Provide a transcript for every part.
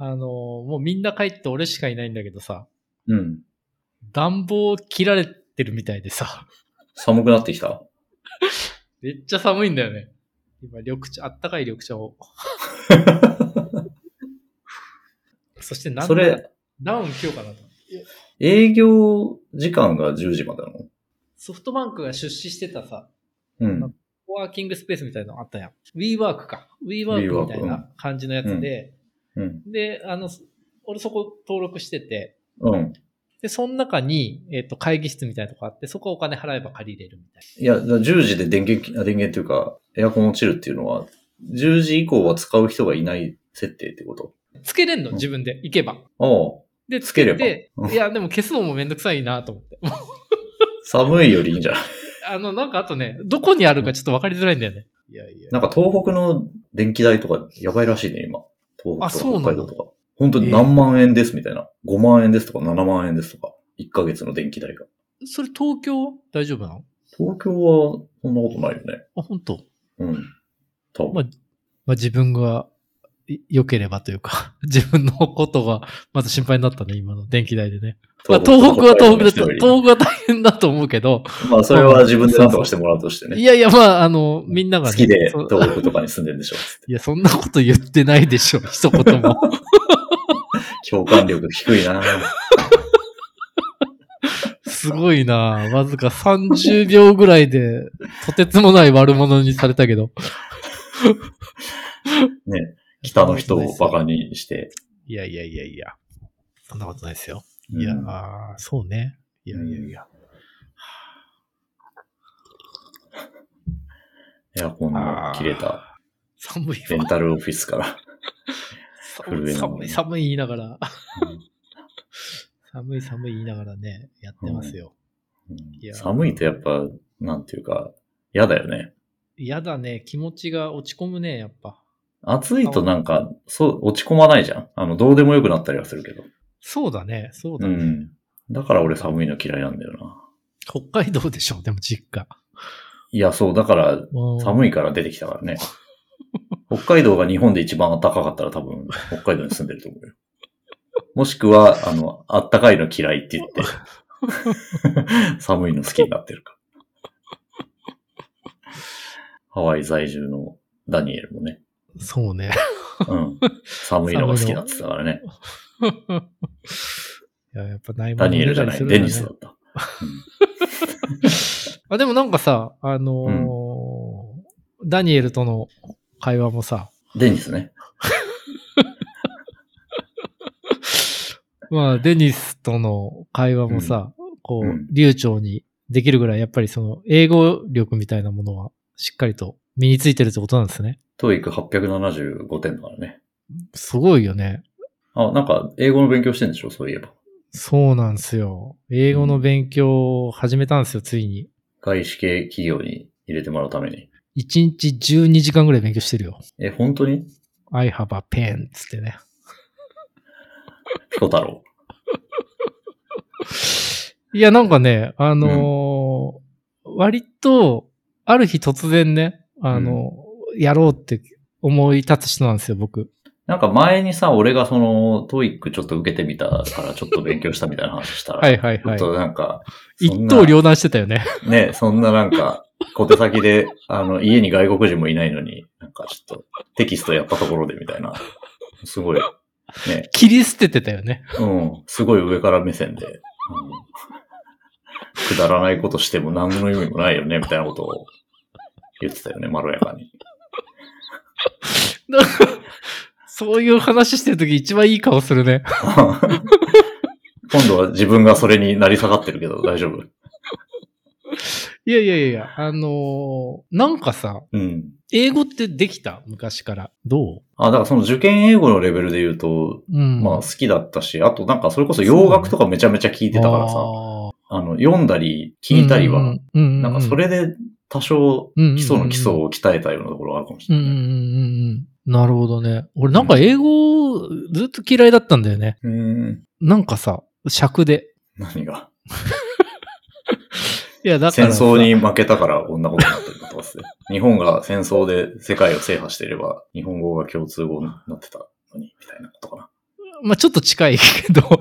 もうみんな帰って俺しかいないんだけどさ、 うん。 暖房切られてるみたいでさ、 寒くなってきた。 めっちゃ寒いんだよね。今、あったかい緑茶を。そしてなんならダウン着ようかなと。 営業時間が10時までなの？ ソフトバンクが出資してたさ、 うん。 ワーキングスペースみたいなのあったやん。WeWork か。WeWork みたいな感じのやつで、 うん。 で、俺そこ登録してて、 うん。 で、その中に、会議室みたいなとこあって、そこはお金払えば借りれるみたいいや、10時で電源っていうか、エアコン落ちるっていうのは、10時以降は使う人がいない設定ってこと？ つけれんの、自分で行けば。で、 つければ。 いや、でも消すのもめんどくさいなと思って。 寒いよりいいんじゃない？ なんかあとね、どこにあるかちょっと分かりづらいんだよね。いや。 なんか東北の電気代とかやばいらしいね、今。東北とか北海道とか。本当に何万円ですみたいな。5万円ですとか7万円ですとか。1ヶ月の電気代が。 それ東京は大丈夫なの？ 東京はそんなことないよね。 あ、本当？ うん。多分。 まあ自分が良ければというか、自分のことがまず心配になったね、今の電気代でね。まあ東北は東北だと、東北は大変だと思うけど。 まあそれは自分で何とかしてもらうとしてね。 いや、まあみんながね。 好きで東北とかに住んでるんでしょ。 いや、そんなこと言ってないでしょ、一言も。 共感力低いなすごいなわずか30秒ぐらいで、とてつもない悪者にされたけど。 ね、北の人をバカにして。 いや。そんなことないですよ。いや、そうね。いや。 エアコンの切れた。 寒い。 レンタルオフィスから。 寒い言いながら。寒い言いながらね、やってますよ。 寒いとやっぱ、なんていうか、嫌だよね。 嫌だね。気持ちが落ち込むね、やっぱ。 暑いとなんか、落ち込まないじゃん。どうでもよくなったりはするけど。 そうだね。 うん。だから俺寒いの嫌いなんだよな。 北海道でしょ、でも実家。 いや、そう、だから、寒いから出てきたからね。北海道が日本で一番暖かかったら多分、北海道に住んでると思うよ。もしくは、暖かいの嫌いって言って、寒いの好きになってるか。ハワイ在住のダニエルもね。 そうね。 うん。寒いのが好きだって言ったからね。 いや、やっぱないもダニエルじゃない、デニスだった。 あ、でもなんかさ、ダニエルとの会話もさ。 デニスね。 まあ、デニスとの会話もさ、流暢にできるぐらい、やっぱりその、英語力みたいなものは、しっかりと身についてるってことなんですね。 TOEIC875 点だからね。 すごいよね。 なんか、英語の勉強してんでしょ、そういえば。 そうなんですよ。英語の勉強を始めたんですよ、ついに。 外資系企業に入れてもらうために。 1日12時間ぐらい勉強してるよ。 本当に？ I have a pen つってね。 ピコ太郎。 いや、なんかね、割と、ある日突然ね、やろうって思い立つ人なんですよ、僕。 なんか前にさ、俺がその、トイックちょっと受けてみたからちょっと勉強したみたいな話したら。 はい。 ちょっとなんか、 一刀両断してたよね。 ね、そんななんか、小手先で、家に外国人もいないのに、なんかちょっと、テキストやったところでみたいな。すごい、ね。 切り捨ててたよね。 うん。すごい上から目線で。くだらないことしても何の意味もないよね、みたいなことを言ってたよね、まろやかに。 そういう話してるとき一番いい顔するね。 今度は自分がそれになり下がってるけど大丈夫？ いや、なんかさ、英語ってできた？昔から。どう？ だからその受験英語のレベルで言うと、まあ好きだったし、あとなんかそれこそ洋楽とかめちゃめちゃ聞いてたからさ、読んだり聞いたりは、なんかそれで多少基礎の基礎を鍛えたようなところがあるかもしれない。 なるほどね。俺なんか英語ずっと嫌いだったんだよね。なんかさ、尺で。 何が？ いや、だから戦争に負けたからこんなことになってることですね。日本が戦争で世界を制覇していれば、日本語が共通語になってたのに、みたいなことかな。 まあちょっと近いけど、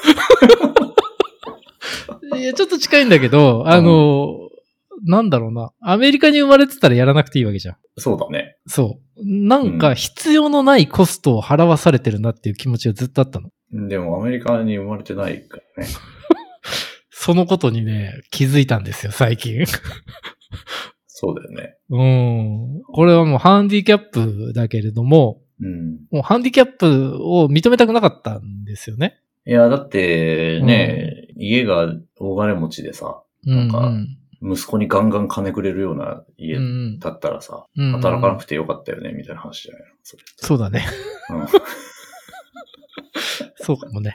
いや、ちょっと近いんだけど、なんだろうな。アメリカに生まれてたらやらなくていいわけじゃん。 そうだね。 そう。なんか必要のないコストを払わされてるなっていう気持ちがずっとあったの。 でもアメリカに生まれてないからね。 そのことにね、気づいたんですよ、最近。 そうだよね。 これはもうハンディキャップだけれども、もうハンディキャップを認めたくなかったんですよね。 いや、だってね、家が大金持ちでさ、なんか、息子にガンガン金くれるような家だったらさ、働かなくてよかったよね、みたいな話じゃないの？ そうだね。そうかもね。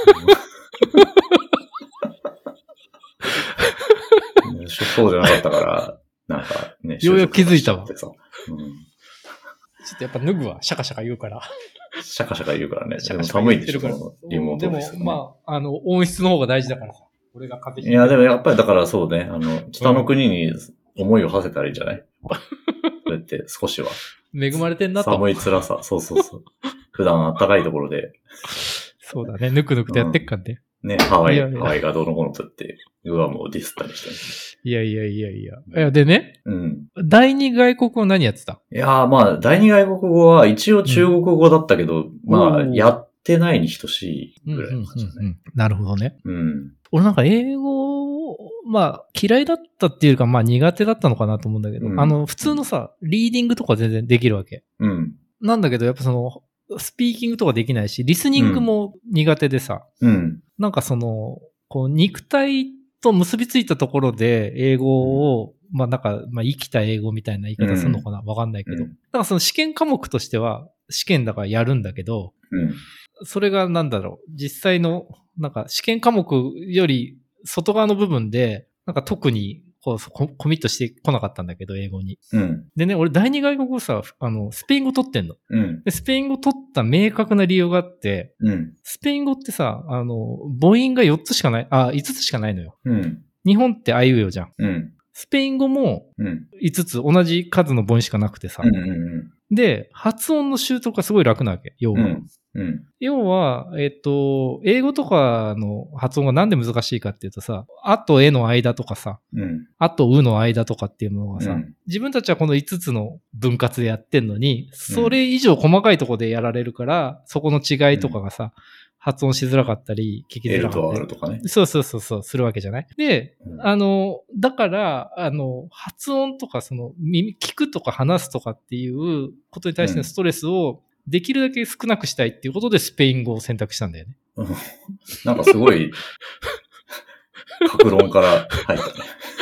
そうじゃなかったから、なんかね、 ようやく気づいたわ。 ちょっとやっぱ脱ぐわ、シャカシャカ言うから。 シャカシャカ言うからね。でも寒いでしょ、リモートです、ね。 でも、まあ、音質の方が大事だからさ。俺が風邪ひいて。 いや、でもやっぱりだからそうね、北の国に思いを馳せたらいいんじゃない？そうやって少しは。 恵まれてんなと。 寒い辛さ。そう。普段暖かいところで。 そうだね。ぬくぬくとやってっかんね。 ね、ハワイがどうのこうのとって、グアムをディスったりして、 いや、でね。第二外国語何やってた？ いや、まあ、第二外国語は一応中国語だったけど、まあ、やってないに等しいぐらいの感じだね。 なるほどね。俺なんか英語、まあ、嫌いだったっていうか、まあ苦手だったのかなと思うんだけど、普通のさ、リーディングとか全然できるわけ。なんだけど、やっぱスピーキングとかできないし、リスニングも苦手でさ、なんかこう、肉体と結びついたところで英語を、まあなんか、まあ生きた英語みたいな言い方するのかな？わかんないけど。なんか試験科目としては、試験だからやるんだけど、それがなんだろう、実際の、なんか試験科目より外側の部分で、なんか特にこうコミットしてこなかったんだけど、英語に。でね、俺第二外国語さ、スペイン語取ってんの。でスペイン語取った明確な理由があって、スペイン語ってさ、母音が4つしかない、5つしかないのよ。日本ってあいうえおじゃん。スペイン語も5つ同じ数の母音しかなくてさ。で、発音の習得がすごい楽なわけ、要は。要は、英語とかの発音がなんで難しいかっていうとさ、あとえの間とかさ、あとうの間とかっていうものがさ、自分たちはこの5つの分割でやってんのに、それ以上細かいところでやられるから、そこの違いとかがさ、発音しづらかったり、聞きづらかったり。 L と R とかね。 そう、するわけじゃない？で、だから、発音とか、聞くとか話すとかっていうことに対してのストレスをできるだけ少なくしたいっていうことでスペイン語を選択したんだよね。 なんかすごい、格論から入ったね。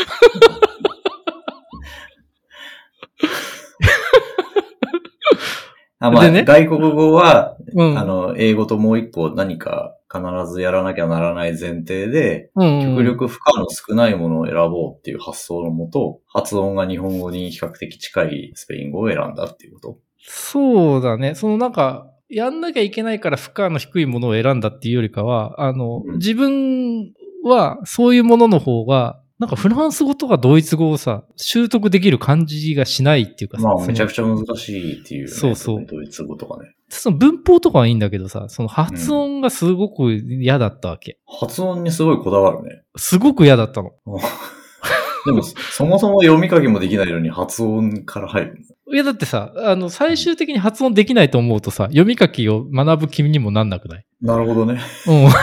まあ、ね、外国語は、英語ともう一個何か必ずやらなきゃならない前提で、極力負荷の少ないものを選ぼうっていう発想のもと、発音が日本語に比較的近いスペイン語を選んだっていうこと？ そうだね。なんか、やんなきゃいけないから負荷の低いものを選んだっていうよりかは、自分はそういうものの方が、なんかフランス語とかドイツ語をさ、習得できる感じがしないっていうかさ。 まあめちゃくちゃ難しいっていうね。そう。ドイツ語とかね。 文法とかはいいんだけどさ、発音がすごく嫌だったわけ。 発音にすごいこだわるね。 すごく嫌だったの。 でも、そもそも読み書きもできないのに発音から入る。 いやだってさ、最終的に発音できないと思うとさ、読み書きを学ぶ気にもなんなくない？ なるほどね。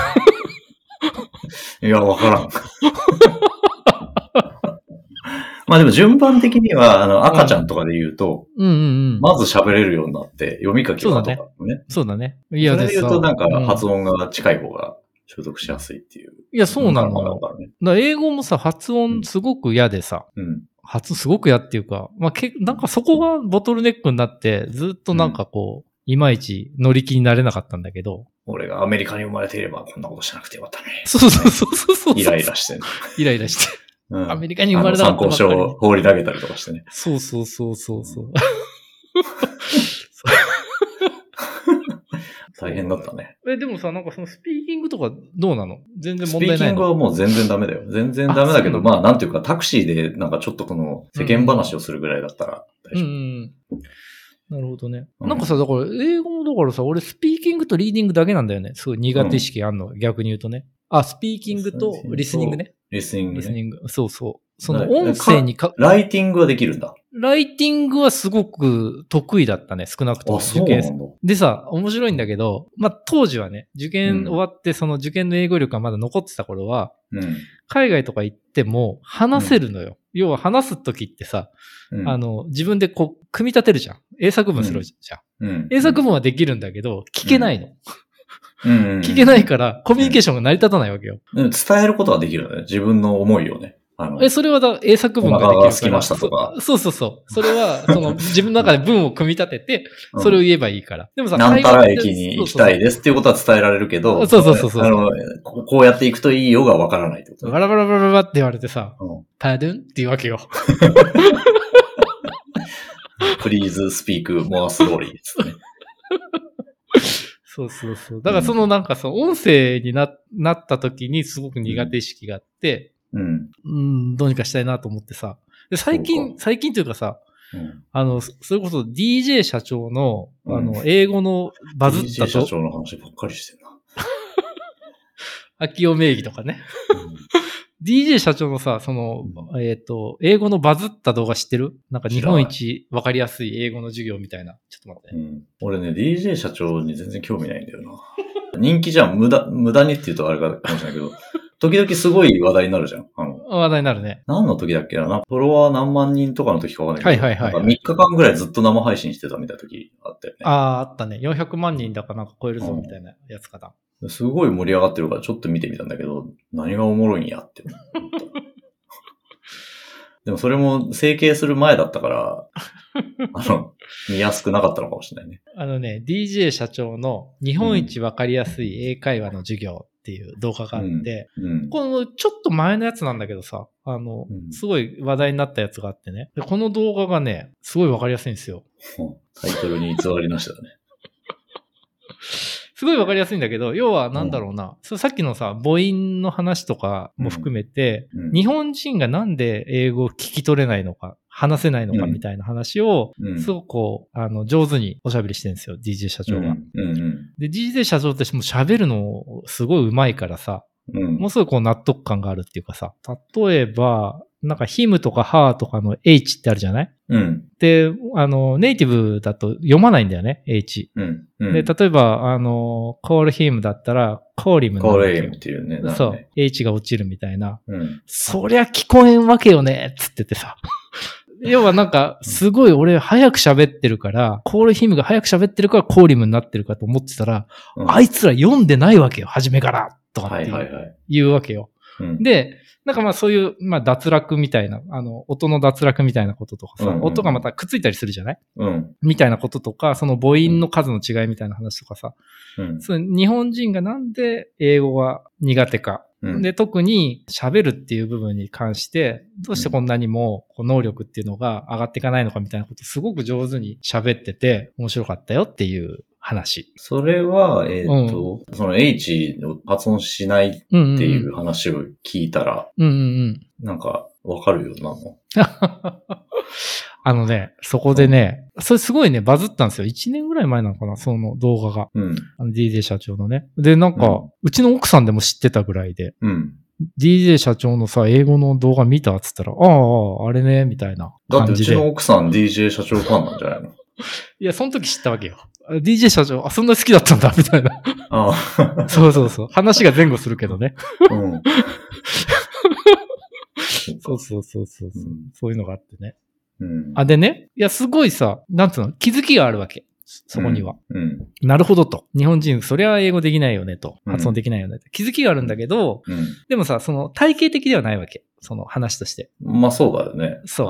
いや、わからん。まあでも順番的には、赤ちゃんとかで言うと、まず喋れるようになって、読み書きは後だもんね。 そうだね。 いや、それで言うとなんか発音が近い方が習得しやすいっていう。 いや、そうなのよ。だから英語もさ、発音すごく嫌でさ、発音すごく嫌っていうか、まあ、なんかそこがボトルネックになって、ずっとなんかこう、いまいち乗り気になれなかったんだけど。 俺がアメリカに生まれていればこんなことしなくてよかったね。 そう。 イライラしてね。 イライラして。アメリカに生まれなかった。 参考書を放り投げたりとかしてね。 そう。 大変だったね。 でもさ、なんかスピーキングとかどうなの？全然問題ないの？ スピーキングはもう全然ダメだよ。全然ダメだけど、まあなんていうかタクシーでなんかちょっとこの世間話をするぐらいだったら大丈夫。 なるほどね。なんかさ、だから、英語もだからさ、俺スピーキングとリーディングだけなんだよね。すごい苦手意識あんの、逆に言うとね。スピーキングとリスニングね。 リスニングね。 リスニング。そうそう。その音声にライティングはできるんだ。 ライティングはすごく得意だったね、少なくとも。 受験でさ、面白いんだけど、当時はね、受験終わって、その受験の英語力がまだ残ってた頃は、海外とか行っても話せるのよ。要は話すときってさ、自分でこう、組み立てるじゃん。英作文するじゃん。英作文はできるんだけど、聞けないの。聞けないから、コミュニケーションが成り立たないわけよ。 伝えることはできるのね。自分の思いをね。 それは英作文ができるから。 好きましたとか。 そう。それは、自分の中で文を組み立てて、それを言えばいいから。でもさ、 なんたら駅に行きたいですっていうことは伝えられるけど、 そう。 こうやって行くといいよがわからないってこと。 バラバラって言われてさ、パドゥンって言うわけよ。 Please speak more slowly ですね。 そう。だからなんか音声になった時にすごく苦手意識があって、どうにかしたいなと思ってさ。で、最近というかさ、それこそ DJ 社長の、英語のバズったと。 DJ 社長の話ばっかりしてるな。 秋尾名義とかね。DJ 社長のさ、英語のバズった動画知ってる？なんか日本一わかりやすい英語の授業みたいな。ちょっと待って。 俺ね、DJ 社長に全然興味ないんだよな。人気じゃん。無駄にって言うとあれかもしれないけど。時々すごい話題になるじゃん。 話題になるね。 何の時だっけな。フォロワー何万人とかの時かわかんないけど。はい。3日間ぐらいずっと生配信してたみたいな時あったよね。 あったね。400万人だかなんか超えるぞみたいなやつかな。 すごい盛り上がってるからちょっと見てみたんだけど、何がおもろいんやって思った。でもそれも整形する前だったから、見やすくなかったのかもしれないね。 DJ 社長の日本一わかりやすい英会話の授業っていう動画があって、このちょっと前のやつなんだけどさ、すごい話題になったやつがあってね。でこの動画がね、すごいわかりやすいんですよ。 タイトルに偽りなしだね。 すごいわかりやすいんだけど、要はなんだろうな、さっきのさ、母音の話とかも含めて、日本人がなんで英語を聞き取れないのか、話せないのかみたいな話を、すごくこう、上手におしゃべりしてるんですよ、DJ 社長が。で、DJ 社長ってもう喋るのすごい上手いからさ、もうすごいこう納得感があるっていうかさ、例えば、なんか him とか her とかの h ってあるじゃない？で、ネイティブだと読まないんだよね、h。で、例えば、call him だったら、call him call him っていうね。 そう。h が落ちるみたいな。そりゃ聞こえんわけよね、つっててさ。要はなんか、すごい俺早く喋ってるから、コールヒムが早く喋ってるからコーリムになってるかと思ってたら、あいつら読んでないわけよ、初めから。とかって言うわけよ。で、なんかそういう、脱落みたいな、音の脱落みたいなこととかさ、音がまたくっついたりするじゃない？みたいなこととか、その母音の数の違いみたいな話とかさ、日本人がなんで英語が苦手か。で、特に喋るっていう部分に関して、どうしてこんなにも能力っていうのが上がっていかないのかみたいなことすごく上手に喋ってて面白かったよっていう話。 それは、その H を発音しないっていう話を聞いたら、なんかわかるよな、もう。そこでね、それすごいね、バズったんですよ。1年ぐらい前なのかな、その動画が。DJ 社長のね。で、なんか、うちの奥さんでも知ってたぐらいで。DJ 社長のさ、英語の動画見たっつったら、あれね、みたいな感じで。 だってうちの奥さん DJ 社長ファンなんじゃないの？ いや、その時知ったわけよ。DJ 社長、そんな好きだったんだ、みたいな。そう。話が前後するけどね。そう。そういうのがあってね。でね、いや、すごいさ、なんつうの、気づきがあるわけ。そこには。なるほどと。日本人、そりゃ英語できないよねと。発音できないよねと。気づきがあるんだけど、でもさ、体系的ではないわけ。その話として。 そうだよね。 そう。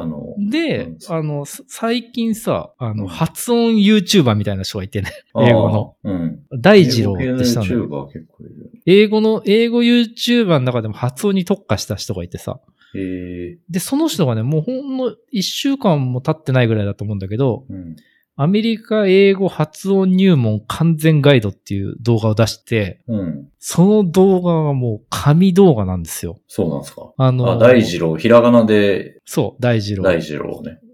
で、最近さ、発音 YouTuber みたいな人がいてね。英語の。大二郎ってしたんだよ。英語 YouTuber の中でも発音に特化した人がいてさ。で、その人がね、もうほんの1週間も経ってないぐらいだと思うんだけど、アメリカ英語発音入門完全ガイドっていう動画を出して、その動画がもう神動画なんですよ。 そうなんですか。大二郎、ひらがなで。 そう、大二郎。 大二郎ね。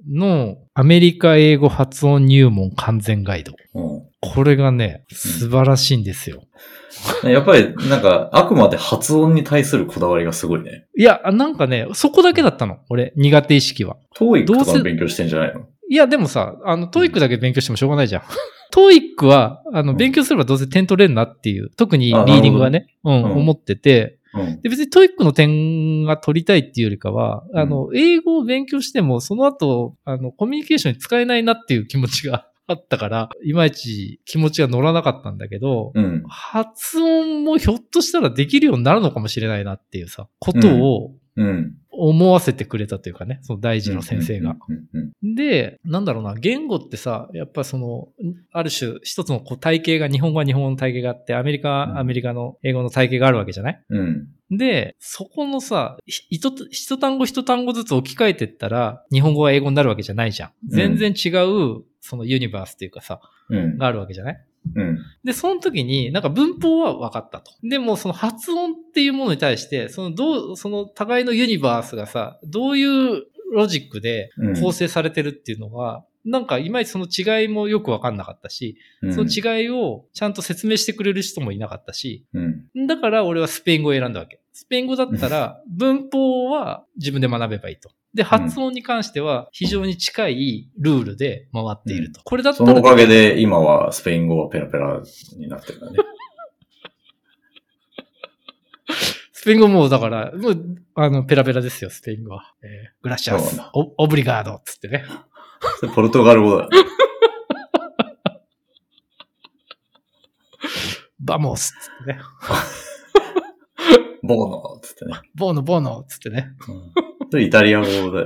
のアメリカ英語発音入門完全ガイド。これがね、素晴らしいんですよ。 やっぱりなんかあくまで発音に対するこだわりがすごいね。 いや、なんかね、そこだけだったの。俺、苦手意識は。 TOEIC とかの勉強してんじゃないの？ いや、でもさ、TOEIC だけ勉強してもしょうがないじゃん。TOEIC は、勉強すればどうせ点取れるなっていう、特にリーディングはね、思ってて、で別に TOEIC の点が取りたいっていうよりかは、英語を勉強しても、その後、コミュニケーションに使えないなっていう気持ちがあったから、いまいち気持ちが乗らなかったんだけど、発音もひょっとしたらできるようになるのかもしれないなっていうさ、ことを、思わせてくれたというかね、その大事の先生が。で、なんだろうな、言語ってさ、やっぱある種一つの体系が、日本語は日本語の体系があって、アメリカはアメリカの英語の体系があるわけじゃない？で、そこのさ、一単語一単語ずつ置き換えてったら、日本語は英語になるわけじゃないじゃん。全然違う、そのユニバースっていうかさ、があるわけじゃない？で、その時に、なんか文法は分かったと。でも、その発音っていうものに対して、その互いのユニバースがさ、どういうロジックで構成されてるっていうのが、なんかいまいちその違いもよく分かんなかったし、その違いをちゃんと説明してくれる人もいなかったし、だから俺はスペイン語を選んだわけ。スペイン語だったら、文法は自分で学べばいいと。で、発音に関しては非常に近いルールで回っていると。これだったら。 そのおかげで今はスペイン語はペラペラになってるんだね。 スペイン語もだから、もう、ペラペラですよ、スペイン語は。グラシアス、オブリガード、つってね。 それポルトガル語だよね。 バモス、つってね。 ボーノ、つってね。 ボーノ、つってね。 それイタリア語だよね。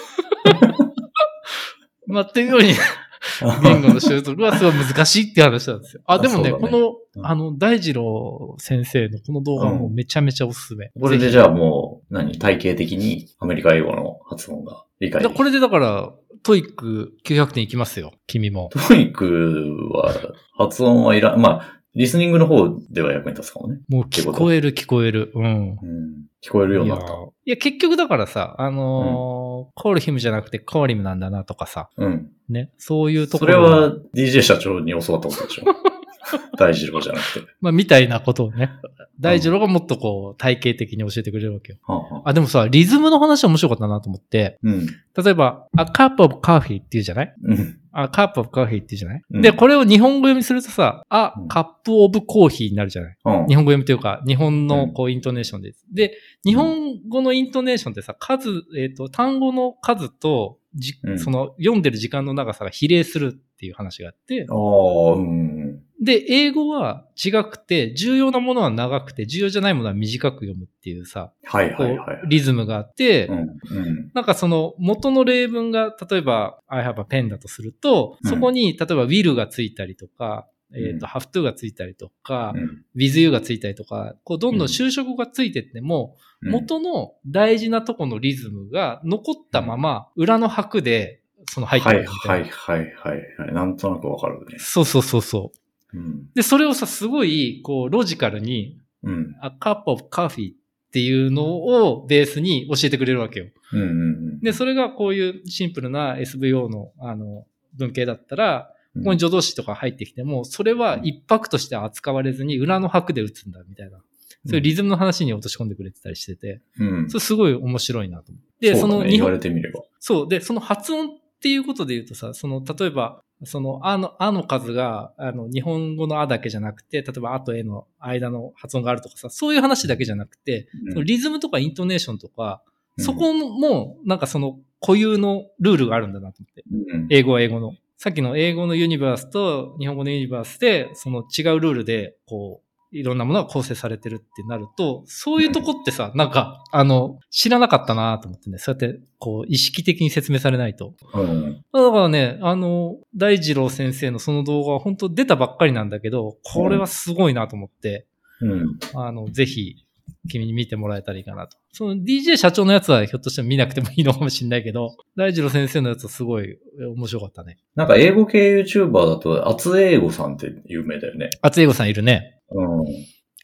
っていうように、言語の習得はすごい難しいっていう話なんですよ。でもね、この、大二郎先生のこの動画もめちゃめちゃおすすめ。 これでじゃあもう、体系的にアメリカ英語の発音が理解できる。 これでだから、トイック900点いきますよ、君も。 トイックは、発音はいらん、リスニングの方では役に立つかもね。 もう聞こえる。 聞こえるようになった。 いや、結局だからさ、コールヒムじゃなくてコーリムなんだなとかさ。ね。そういうところ。 それは DJ 社長に教わったことでしょ。大二郎じゃなくて。 みたいなことをね。大二郎がもっとこう、体系的に教えてくれるわけよ。でもさ、リズムの話は面白かったなと思って。例えば、a cup of coffee って言うじゃないa cup of coffee って言うじゃないで、これを日本語読みするとさ、a cup of coffee になるじゃない日本語読みというか、日本のこう、イントネーションです。で、日本語のイントネーションってさ、単語の数と、その読んでる時間の長さが比例するっていう話があって、で、英語は違くて、重要なものは長くて、重要じゃないものは短く読むっていうさ、リズムがあって、なんかその元の例文が、例えば、I have a pen だとすると、そこに、例えば will がついたりとか、have to がついたりとか、with you がついたりとか、こうどんどん修飾語がついてっても、元の大事なとこのリズムが残ったまま、裏の拍で、その入ってるみたいな。 なんとなくわかるね。 そう。で、それをさ、すごい、こう、ロジカルに、a cup of coffee っていうのをベースに教えてくれるわけよ。で、それがこういうシンプルな SVO の、文系だったら、ここに助動詞とか入ってきても、それは一拍として扱われずに裏の拍で打つんだ、みたいな。そういうリズムの話に落とし込んでくれてたりしてて、それすごい面白いなと思って。で、 その言われてみれば。 そう。で、その発音っていうことで言うとさ、例えば、あの数が、日本語のあだけじゃなくて、例えばあとえの間の発音があるとかさ、そういう話だけじゃなくて、そのリズムとかイントネーションとか、そこも、なんかその固有のルールがあるんだなと思って。英語は英語の。さっきの英語のユニバースと日本語のユニバースで、その違うルールで、こう、いろんなものが構成されてるってなると、そういうとこってさ、なんか、知らなかったなと思ってね、そうやって、こう、意識的に説明されないと。だからね、大二郎先生のその動画は本当出たばっかりなんだけど、これはすごいなと思って、ぜひ、君に見てもらえたらいいかなと。その DJ 社長のやつはひょっとして見なくてもいいのかもしれないけど、大二郎先生のやつはすごい面白かったね。 なんか英語系 YouTuber だと、厚英語さんって有名だよね。 厚英語さんいるね。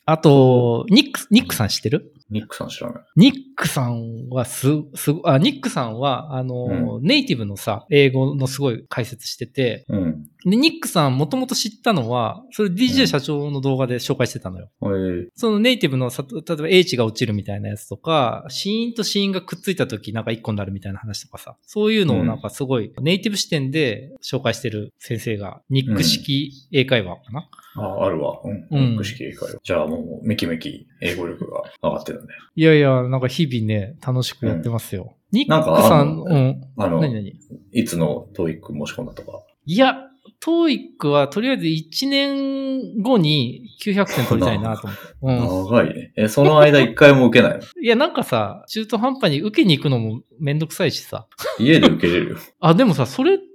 あと、ニックさん知ってる？ ニックさん知らない。 ニックさんはニックさんは、ネイティブのさ、英語のすごい解説してて、で、ニックさんもともと知ったのは、それ DJ 社長の動画で紹介してたのよ。そのネイティブの例えば H が落ちるみたいなやつとか、子音と子音がくっついた時なんか一個になるみたいな話とかさ、そういうのをなんかすごいネイティブ視点で紹介してる先生が、ニック式英会話かな。 あるわ。ニック式英会話。じゃあもうめきめき英語力が上がってるね。 いやいや、なんか日々ね、楽しくやってますよ。ニックさん、何いつのトーイック申し込んだとか。 いや、トーイックはとりあえず1年後に900点取りたいなと思って。 長いね。その間1回も受けないの？ いや、なんかさ、中途半端に受けに行くのもめんどくさいしさ。 家で受けれるよ。 でもさ、それって、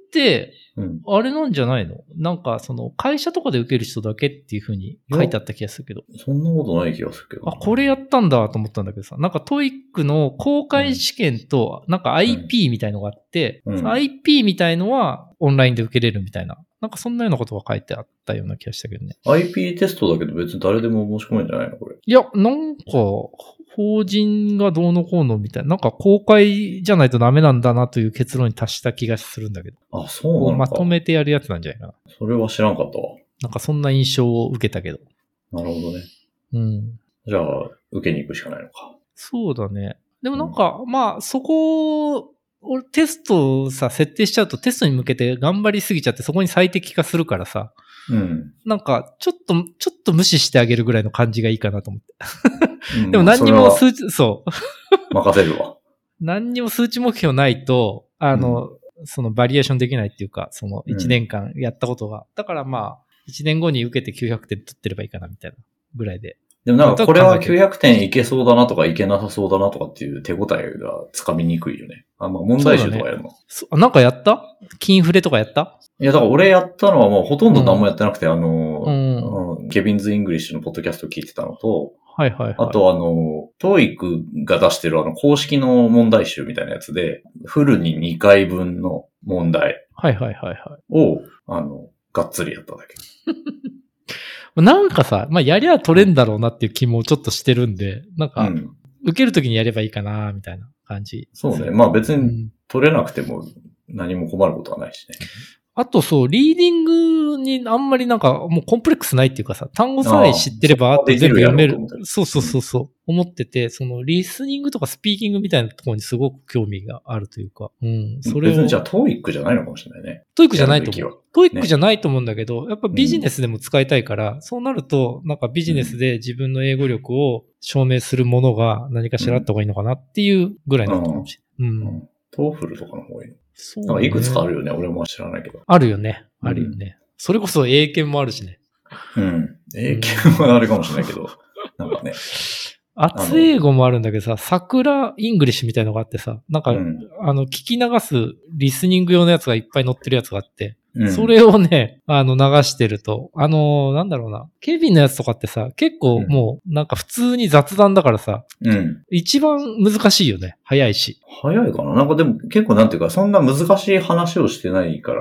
あれなんじゃないの？なんか、会社とかで受ける人だけっていう風に書いてあった気がするけど。 そんなことない気がするけど。 これやったんだと思ったんだけどさ、なんかトイックの公開試験と、なんか IP みたいのがあって、IP みたいのはオンラインで受けれるみたいな。なんかそんなようなことが書いてあったような気がしたけどね。 IP テストだけど別に誰でも申し込めんじゃないのこれ。 いや、なんか、法人がどうのこうのみたいな、なんか公開じゃないとダメなんだなという結論に達した気がするんだけど。 そうなのか。 まとめてやるやつなんじゃないかな。 それは知らんかったわ。 なんかそんな印象を受けたけど。 なるほどね。 じゃあ、受けに行くしかないのか。 そうだね。でもなんか、まあ、そこ、俺テストをさ、設定しちゃうとテストに向けて頑張りすぎちゃってそこに最適化するからさ。なんか、ちょっと無視してあげるぐらいの感じがいいかなと思って。でも何にもそう。 任せるわ。 何にも数値目標ないと、そのバリエーションできないっていうか、その1年間やったことが。だからまあ、1年後に受けて900点取ってればいいかなみたいなぐらいで。 でもなんかこれは900点いけそうだなとかいけなさそうだなとかっていう手応えがつかみにくいよね。まあ問題集とかやるの。 なんかやった？キンフレとかやった？ いやだから俺やったのはもうほとんど何もやってなくて、ケビンズ・イングリッシュのポッドキャストを聞いてたのと、あとトーイックが出してる公式の問題集みたいなやつで、フルに2回分の問題を、がっつりやっただけ。 なんかさ、まあ、やりゃ取れんだろうなっていう気もちょっとしてるんで、なんか、受けるときにやればいいかな、みたいな感じ。 そうね。まあ別に取れなくても何も困ることはないしね。 あとそう、リーディングにあんまりなんかもうコンプレックスないっていうかさ、単語さえ知ってればあと全部読める。そう、思ってて、そのリスニングとかスピーキングみたいなところにすごく興味があるというか。 それを。別にじゃあトーイックじゃないのかもしれないね。 トーイックじゃないと思う。トーイックじゃないと思うんだけど、やっぱビジネスでも使いたいから、そうなると、なんかビジネスで自分の英語力を証明するものが何かしらあった方がいいのかなっていうぐらいのかもしれない。 トーフルとかの方がいいの？そうね。なんかいくつかあるよね。俺も知らないけど。 あるよね。それこそ英検もあるしね。 英検はあれかもしれないけど。なんかね。 熱英語もあるんだけどさ、桜イングリッシュみたいなのがあってさ、なんか、聞き流すリスニング用のやつがいっぱい載ってるやつがあって、それをね、流してると、なんだろうな、ケビンのやつとかってさ、結構もう、なんか普通に雑談だからさ、一番難しいよね。早いし。 早いかな？なんかでも結構なんていうか、そんな難しい話をしてないから。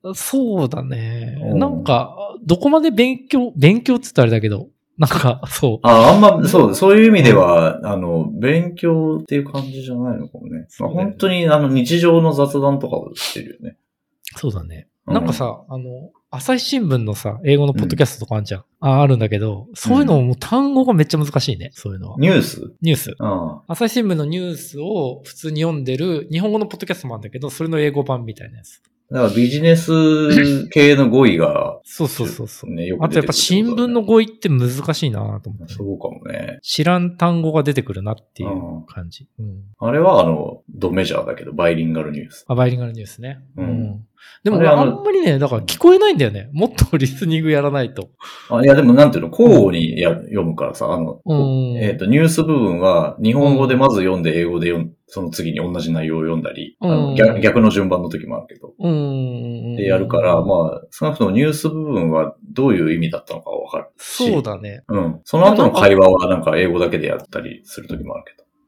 そうだね。なんか、どこまで勉強って言ったらあれだけど、なんか、そう。 あんま、そういう意味では、勉強っていう感じじゃないのかもね。まあ、本当に日常の雑談とかをしてるよね。 そうだね。なんかさ、朝日新聞のさ、英語のポッドキャストとかあるじゃん。あるんだけど、そういうのも単語がめっちゃ難しいね。そういうのは。 ニュース。 朝日新聞のニュースを普通に読んでる日本語のポッドキャストもあるんだけど、それの英語版みたいなやつ。 だからビジネス系の語彙が、 そう。あとやっぱ新聞の語彙って難しいなと思って、 そうかもね。 知らん単語が出てくるなっていう感じ。 あれはドメジャーだけど、バイリンガルニュース。 バイリンガルニュースね。でもあんまりね、だから聞こえないんだよね。もっとリスニングやらないと。 いやでもなんていうの、交互に読むからさ、ニュース部分は日本語でまず読んで英語でその次に同じ内容を読んだり、逆の順番の時もあるけど。でやるから、まあ、少なくともニュース部分はどういう意味だったのかわかるし。 そうだね。 その後の会話はなんか英語だけでやったりする時もあるけど。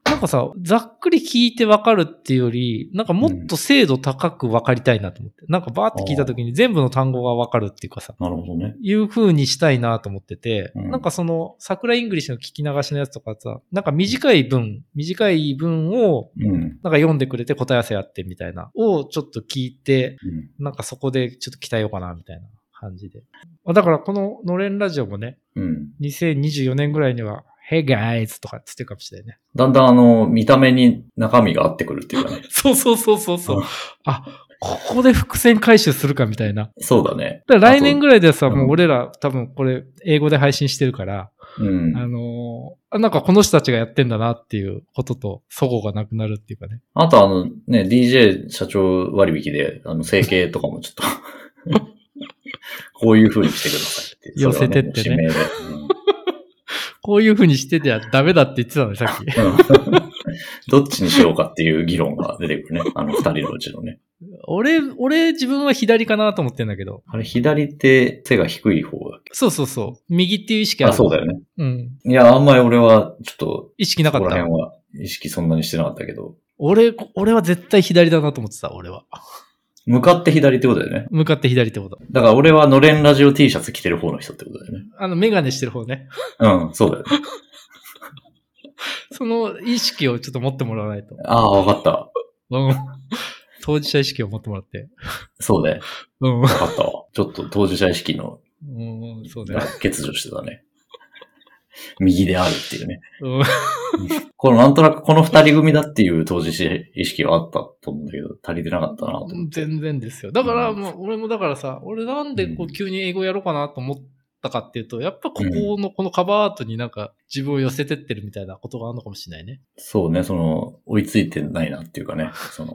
なんかさ、ざっくり聞いてわかるっていうより、なんかもっと精度高くわかりたいなと思って。なんかバーって聞いたときに全部の単語がわかるっていうかさ。 なるほどね。 いう風にしたいなと思ってて、なんかその、桜イングリッシュの聞き流しのやつとかさ、なんか短い文を、なんか読んでくれて答え合わせやってみたいな、をちょっと聞いて、なんかそこでちょっと鍛えようかなみたいな感じで。だからこののれんラジオもね、2024年ぐらいには、Hey guys とかつってるかもしれないね。 だんだん見た目に中身が合ってくるっていうかね。 そう。あ、ここで伏線回収するかみたいな。 そうだね。 だから来年ぐらいではさ、もう俺ら多分これ英語で配信してるから、なんかこの人たちがやってんだなっていうことと、齟齬がなくなるっていうかね。 あとDJ 社長割引で、整形とかもちょっと、こういう風にしてくださいって。 寄せてってね。指名で。こういう風にしててはダメだって言ってたのね、さっき。 どっちにしようかっていう議論が出てくるね。二人のうちのね。 俺自分は左かなと思ってんだけど。 あれ、左って背が低い方だっけ？ そう。右っていう意識ある。 そうだよね。いや、あんまり俺はちょっと、 意識なかった。 この辺は意識そんなにしてなかったけど。 俺は絶対左だなと思ってた、俺は。 向かって左ってことだよね。 向かって左ってこと。 だから俺はのれんラジオ T シャツ着てる方の人ってことだよね。 メガネしてる方ね。 そうだよね。 その意識をちょっと持ってもらわないと。 わかった。 当事者意識を持ってもらって。 そうね。わかったわ。ちょっと当事者意識の、 そうね。 欠如してたね。右であるっていうね。このなんとなくこの二人組だっていう当事者意識はあったと思うんだけど、足りてなかったなと思って。 全然ですよ。だから俺もだからさ、俺なんで急に英語やろうかなと思ったかっていうと、やっぱここのこのカバーアートになんか自分を寄せてってるみたいなことがあるのかもしれないね。 そうね、追いついてないなっていうかね、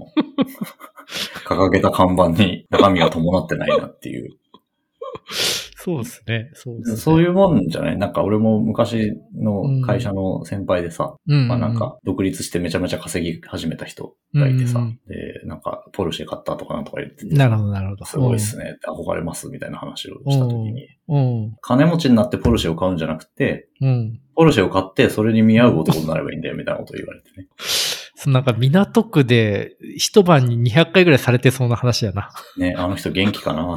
掲げた看板に中身が伴ってないなっていう。 そうですね。 そういうもんじゃない？なんか俺も昔の会社の先輩でさ、なんか独立してめちゃめちゃ稼ぎ始めた人がいてさ、で、なんかポルシェ買ったとかなんとか言ってて、 なるほど。 すごいっすねって憧れますみたいな話をしたときに、金持ちになってポルシェを買うんじゃなくて、ポルシェを買ってそれに見合う男になればいいんだよみたいなことを言われてね。 なんか港区で一晩に200回ぐらいされてそうな話やな。 ね、あの人元気かな。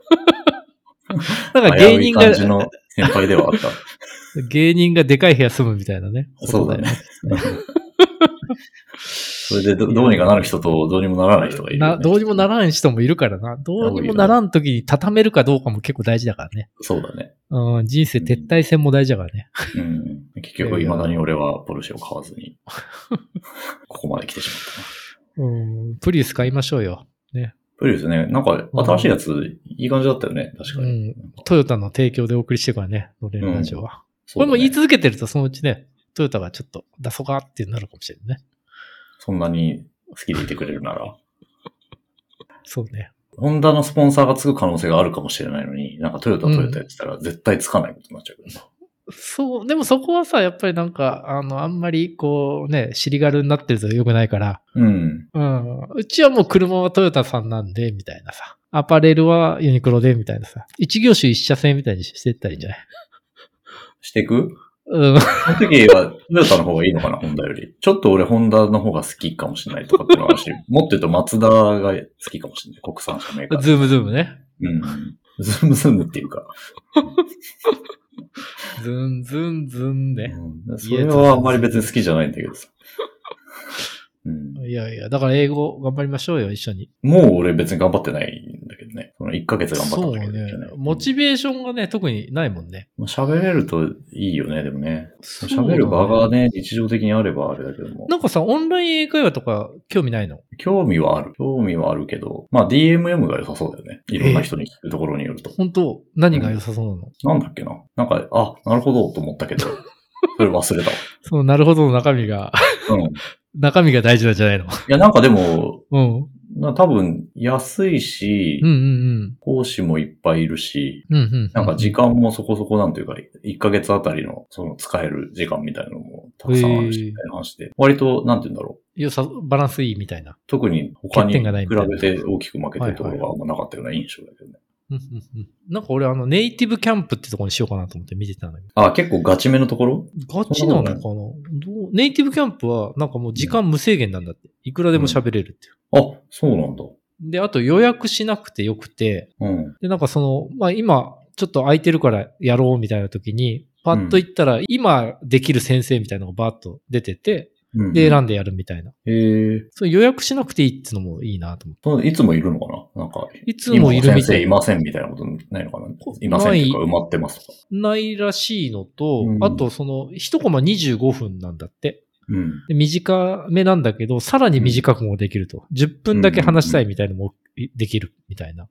なんか芸人が、 感じの先輩ではあった。 芸人がでかい部屋住むみたいなね。 そうだね。それでどうにかなる人とどうにもならない人がいる、ね。 どうにもならん人もいるからな。どうにもならん時に畳めるかどうかも結構大事だからね。 そうだね。 人生撤退戦も大事だからね。 結局未だに俺はポルシェを買わずに、ここまで来てしまったな。 プリウス買いましょうよ。ね。 プリウスね、なんか新しいやついい感じだったよね、確かに。 トヨタの提供でお送りしてるからね、のれんラジオは。これも言い続けてるとそのうちね、トヨタがちょっと出そうかってなるかもしれないね。 そんなに好きでいてくれるなら。 そうね。 ホンダのスポンサーがつく可能性があるかもしれないのに、なんかトヨタやってたら絶対つかないことになっちゃうけどね。 そう、でもそこはさ、やっぱりなんか、あんまりこうね、尻軽になってると良くないから。うちはもう車はトヨタさんなんで、みたいなさ。アパレルはユニクロで、みたいなさ。一業種一車線みたいにしていったらいいんじゃない？ していく？その時はトヨタの方がいいのかな、ホンダより。ちょっと俺ホンダの方が好きかもしれないとかってのがあるし、もっと言うとマツダが好きかもしれない。国産車メーカー。 ズームね。 ズームっていうか。 ズンね。 それはあんまり別に好きじゃないんだけどさ。 いや、だから英語頑張りましょうよ、一緒に。 もう俺別に頑張ってないんだけどね。その1ヶ月頑張ったんだけどね。 モチベーションがね、特にないもんね。 喋れるといいよね、でもね。喋る場がね、日常的にあればあれだけども。 なんかさ、オンライン英会話とか興味ないの？ 興味はあるけど、DMM が良さそうだよね。いろんな人に聞くところによると。 本当？何が良さそうなの？ なんだっけな。なんか、なるほどと思ったけど、それ忘れたわ。 そう、なるほどの中身が。中身が大事なんじゃないの？いや、なんかでも、多分安いし、講師もいっぱいいるし、なんか時間もそこそこなんていうか、1ヶ月あたりのその使える時間みたいなのもたくさんあるし、みたいな話で、割と、なんていうんだろう。バランスいいみたいな。 特に他に比べて大きく負けてるところがあんまなかったような印象だけどね。 なんか俺ネイティブキャンプってところにしようかなと思って見てたんだけど。 あ、結構ガチめのところ？ ガチなのかな？ネイティブキャンプはなんかもう時間無制限なんだって。いくらでも喋れるっていう。 あ、そうなんだ。 で、あと予約しなくてよくて、で、なんかまあ今、ちょっと空いてるからやろうみたいな時に、パッと行ったら、今できる先生みたいなのがバーッと出てて、で、選んでやるみたいな。そう予約しなくていいってのもいいなと思って。 いつもいるのかな？なんか、 いつもいるみたいな。 先生いませんみたいなことないのかな？いませんとか埋まってますとか。 ないらしいのと、あと1コマ25分なんだって。で短めなんだけど、さらに短くもできると。10分だけ話したいみたいなのもできるみたいな。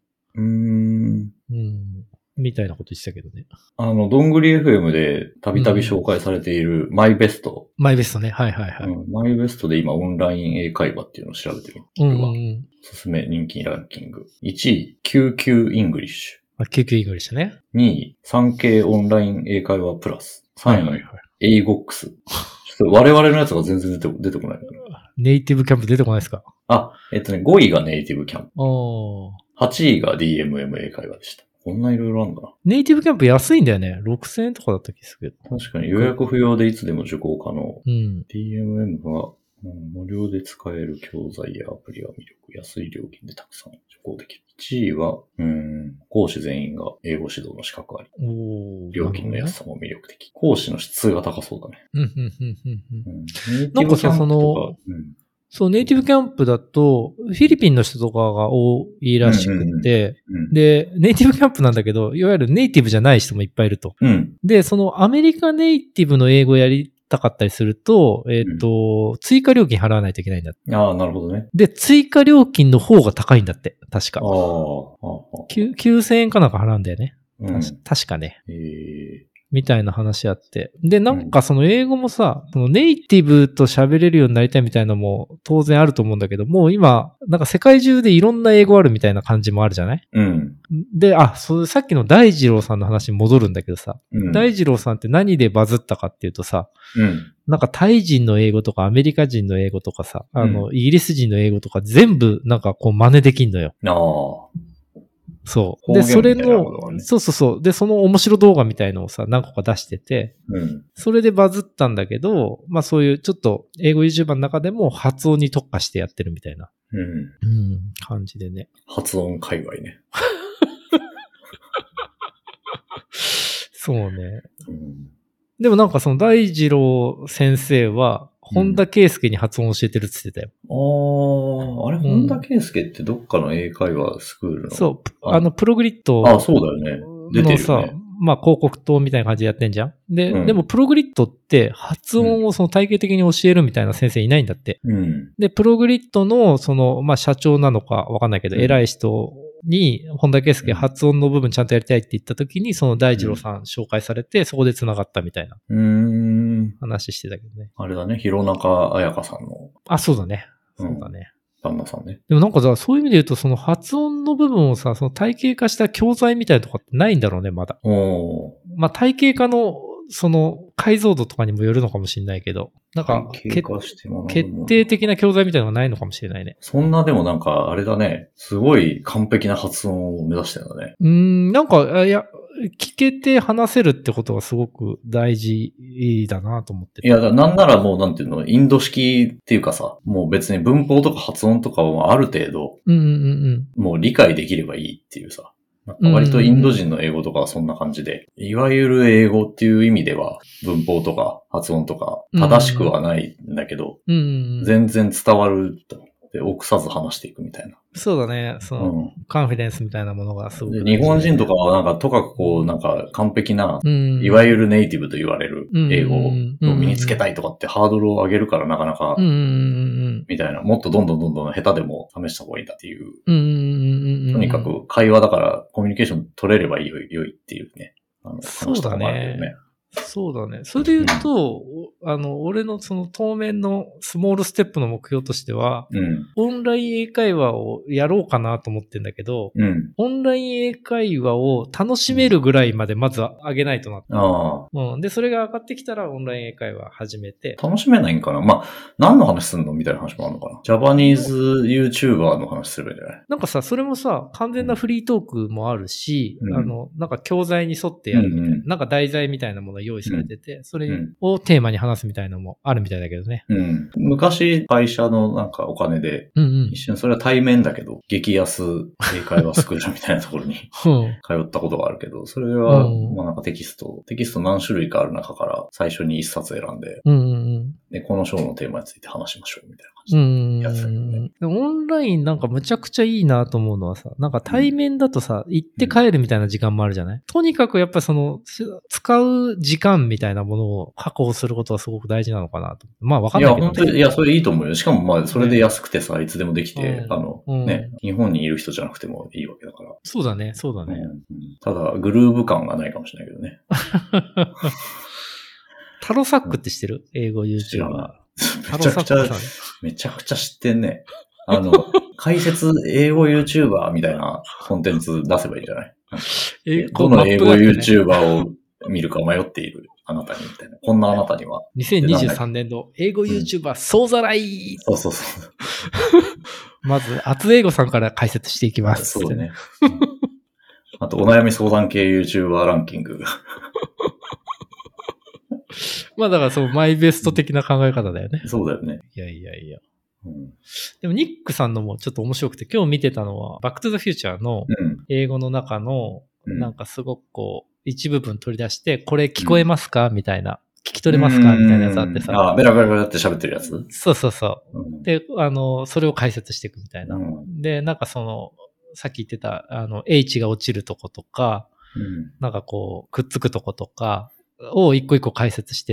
みたいなこと言ってたけどね。 どんぐり FM でたびたび紹介されているマイベスト。 マイベストね。はい。 マイベストで今オンライン英会話っていうのを調べてみるわ。おすすめ人気ランキング。1位、QQ イングリッシュ。QQ イングリッシュね。 2位、3K オンライン英会話プラス。3位、英語ックス。我々のやつが全然出てこない。 ネイティブキャンプ出てこないですか？ あ、5位がネイティブキャンプ。8位が DMM 英会話でした。こんないろいろあるんだな。 ネイティブキャンプ安いんだよね。6000円とかだった気がするけど。 確かに予約不要でいつでも受講可能。DMM は、無料で使える教材やアプリが魅力。安い料金でたくさん受講できる。1位は、講師全員が英語指導の資格あり。料金の安さも魅力的。講師の質が高そうだね。 なんかさ、ネイティブキャンプだと、フィリピンの人とかが多いらしくて、で、ネイティブキャンプなんだけど、いわゆるネイティブじゃない人もいっぱいいると。で、アメリカネイティブの英語をやりたかったりすると、追加料金払わないといけないんだって。 ああ、なるほどね。 で、追加料金の方が高いんだって、確か。9000円かなんか払うんだよね。確かね。みたいな話あって。で、なんか英語もさ、ネイティブと喋れるようになりたいみたいなのも当然あると思うんだけど、もう今、なんか世界中でいろんな英語あるみたいな感じもあるじゃない？で、さっきの大二郎さんの話に戻るんだけどさ、大二郎さんって何でバズったかっていうとさ、なんかタイ人の英語とかアメリカ人の英語とかさ、イギリス人の英語とか全部なんか真似できんのよ。そう。で、それの、そう。で、その面白動画みたいのをさ、何個か出してて、それでバズったんだけど、まあそういうちょっと英語 YouTuber の中でも発音に特化してやってるみたいな、感じでね。 発音界隈ね。 そうね。でもなんか大二郎先生は、本田圭佑に発音を教えてるって言ってたよ。 あれ、本田圭佑ってどっかの英会話スクールの？ そう、プログリッド。 そうだよね。出てるよね。 まあ広告塔みたいな感じでやってんじゃん。で、でもプログリッドって発音を体系的に教えるみたいな先生いないんだって。で、プログリッドのまあ社長なのかわかんないけど、偉い人に本田圭佑発音の部分ちゃんとやりたいって言った時に、大二郎さん紹介されて、そこで繋がったみたいな話してたけどね。 あれだね、弘中綾香さんの。 そうだね。そうだね。 旦那さんね。 でもなんかさ、そういう意味で言うと、発音の部分をさ、体系化した教材みたいなとかってないんだろうね、まだ。まあ体系化の、解像度とかにもよるのかもしれないけど、なんか、決定的な教材みたいなのがないのかもしれないね。 そんなでもなんか、あれだね、すごい完璧な発音を目指してるんだね。 なんか、いや、聞けて話せるってことがすごく大事だなと思ってて。 いや、なんならもうなんていうの、インド式っていうかさ、もう別に文法とか発音とかをある程度、もう理解できればいいっていうさ。割とインド人の英語とかはそんな感じで、いわゆる英語っていう意味では文法とか発音とか正しくはないんだけど、全然伝わると。で、臆さず話していくみたいな。 そうだね。カンフィデンスみたいなものがすごく、 日本人とかはなんかとかくなんか完璧な、いわゆるネイティブと言われる英語を身につけたいとかってハードルを上げるからなかなか、みたいな、もっとどんどん下手でも試した方がいいんだっていう。とにかく会話だからコミュニケーション取れれば良いっていうね。 そうだね。 そうだね。それで言うと、俺のその当面のスモールステップの目標としては、オンライン英会話をやろうかなと思ってんだけど、オンライン英会話を楽しめるぐらいまでまず上げないとなって。で、それが上がってきたらオンライン英会話始めて。 楽しめないんかな？まあ、何の話すんのみたいな話もあるのかな？ジャパニーズ YouTuber の話すればいいんじゃない？ なんかさ、それもさ、完全なフリートークもあるし、なんか教材に沿ってやるみたいな、なんか題材みたいなものが用意されてて、それをテーマに話すみたいなのもあるみたいだけどね。 昔、会社のなんかお金で、一瞬それは対面だけど、激安英会話スクールみたいなところに通ったことがあるけど、それは、まあなんかテキスト何種類かある中から最初に一冊選んで、で、この章のテーマについて話しましょうみたいな感じでやつだけどね。 オンラインなんかむちゃくちゃいいなと思うのはさ、なんか対面だとさ、行って帰るみたいな時間もあるじゃない？とにかくやっぱりその、使う時間みたいなものを確保することはすごく大事なのかなと。まあわかんないけど、ね。 いや、本当に、いや、それいいと思うよ。しかもまあ、それで安くてさ、いつでもできて、ね、日本にいる人じゃなくてもいいわけだから。 そうだね、そうだね。 ただ、グルーヴ感がないかもしれないけどね。 タロサックって知ってる？英語 YouTuber。 めちゃくちゃ知ってんね。解説英語 YouTuber みたいなコンテンツ出せばいいんじゃない？どの英語 YouTuber を見るか迷っているあなたにみたいな。こんなあなたには。 2023年度英語 YouTuber 総ざらい、 そうそうそう。 まず、厚英語さんから解説していきます。 そうね。あと、お悩み相談系 YouTuber ランキング。 まあだからそう、マイベスト的な考え方だよね。 そうだよね。 いや。でもニックさんのもちょっと面白くて、今日見てたのは、バックトゥザフューチャーの英語の中の、なんかすごくこう、一部分取り出して、これ聞こえますかみたいな。聞き取れますかみたいなやつあってさ。 ベラベラベラって喋ってるやつ？ そうそうそう。で、それを解説していくみたいな。で、なんかその、さっき言ってた、H が落ちるとことか、なんかこう、くっつくとことか、を一個一個解説してって、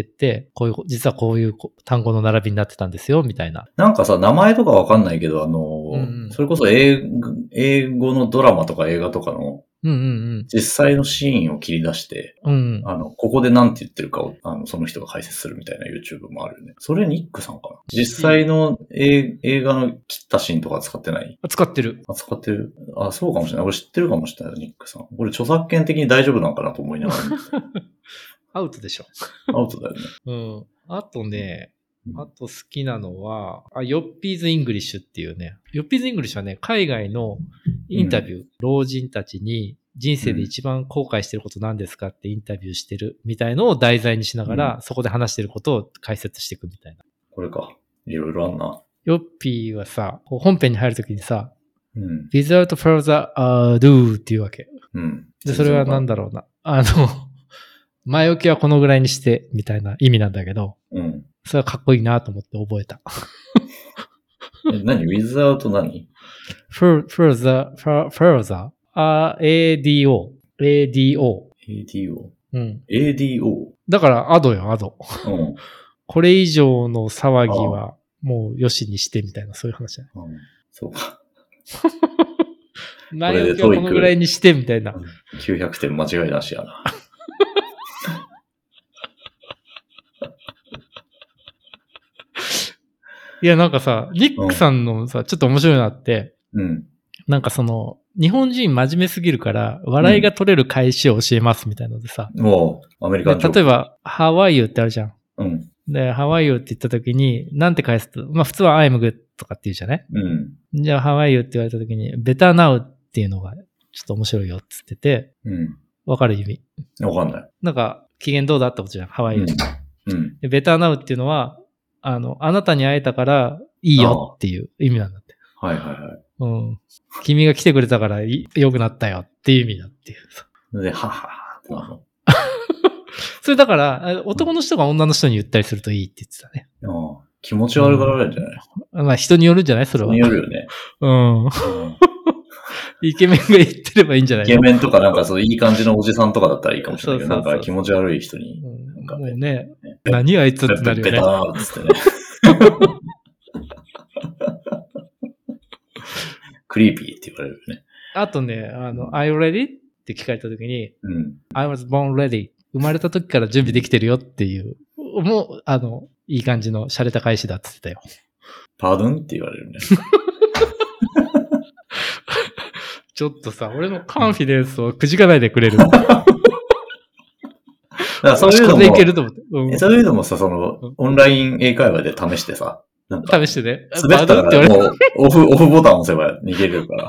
実はこういう単語の並びになってたんですよ、みたいな。 なんかさ、名前とかわかんないけど、それこそ英語のドラマとか映画とかの、実際のシーンを切り出して、ここで何て言ってるかを、その人が解説するみたいな YouTube もあるよね。それニックさんかな？実際の映画の切ったシーンとか使ってない？ 使ってる。 使ってる。そうかもしれない。俺知ってるかもしれない、ニックさん。俺著作権的に大丈夫なんかなと思いながら。 アウトでしょ。 アウトだよね。 あとね、あと好きなのは、ヨッピーズ・イングリッシュっていうね、ヨッピーズ・イングリッシュはね、海外のインタビュー、老人たちに人生で一番後悔してること何ですかってインタビューしてるみたいのを題材にしながら、そこで話してることを解説していくみたいな。 これか。いろいろあんな。 ヨッピーはさ、本編に入るときにさ、without further ado っていうわけ。で、それは何だろうな。前置きはこのぐらいにして、みたいな意味なんだけど、それはかっこいいなと思って覚えた。 何 ?without 何 ?further, ADO。 ADO。 だから、アドよ、アド。これ以上の騒ぎは、もうよしにして、みたいな、そういう話だね。 そうか。 前置きはこのぐらいにして、みたいな。 900点間違いなしやな。 いや、なんかさ、ニックさんのさ、ちょっと面白いなって、なんかその、日本人真面目すぎるから、笑いが取れる返しを教えますみたいなのでさ。 アメリカンジョーク。 例えば、How are you ってあるじゃん。で、How are you って言った時に、なんて返すと、まあ普通は I'm good とかって言うじゃない？じゃあ How are you って言われた時に、Better now っていうのがちょっと面白いよって言ってて、わかる意味？ わかんない。 なんか、機嫌どうだってことじゃん。How are you？で、Better now っていうのは、あなたに会えたからいいよっていう意味なんだって。君が来てくれたから良くなったよっていう意味だっていう。 で、ははってなの。 それだから、男の人が女の人に言ったりするといいって言ってたね。 気持ち悪がられるんじゃない？ まあ人によるんじゃない？それは。 人によるよね。 イケメンが言ってればいいんじゃないの？ イケメンとかなんかそういい感じのおじさんとかだったらいいかもしれないけど、なんか気持ち悪い人に。 もうね、何あいつってなるよね。 ベターっつってね。クリーピーって言われるよね。 あとね、Are you ready? って聞かれたときに、I was born ready 生まれた時から準備できてるよっていう、もう、いい感じの洒落た返しだって言ってたよ。 パードンって言われるね。 ちょっとさ、俺のカンフィデンスをくじかないでくれる。だからそういうのも、 いけると思って、 そういうのもさ、オンライン英会話で試してさ、なんか試してね。 滑ったらもうオフボタン押せば逃げれるから。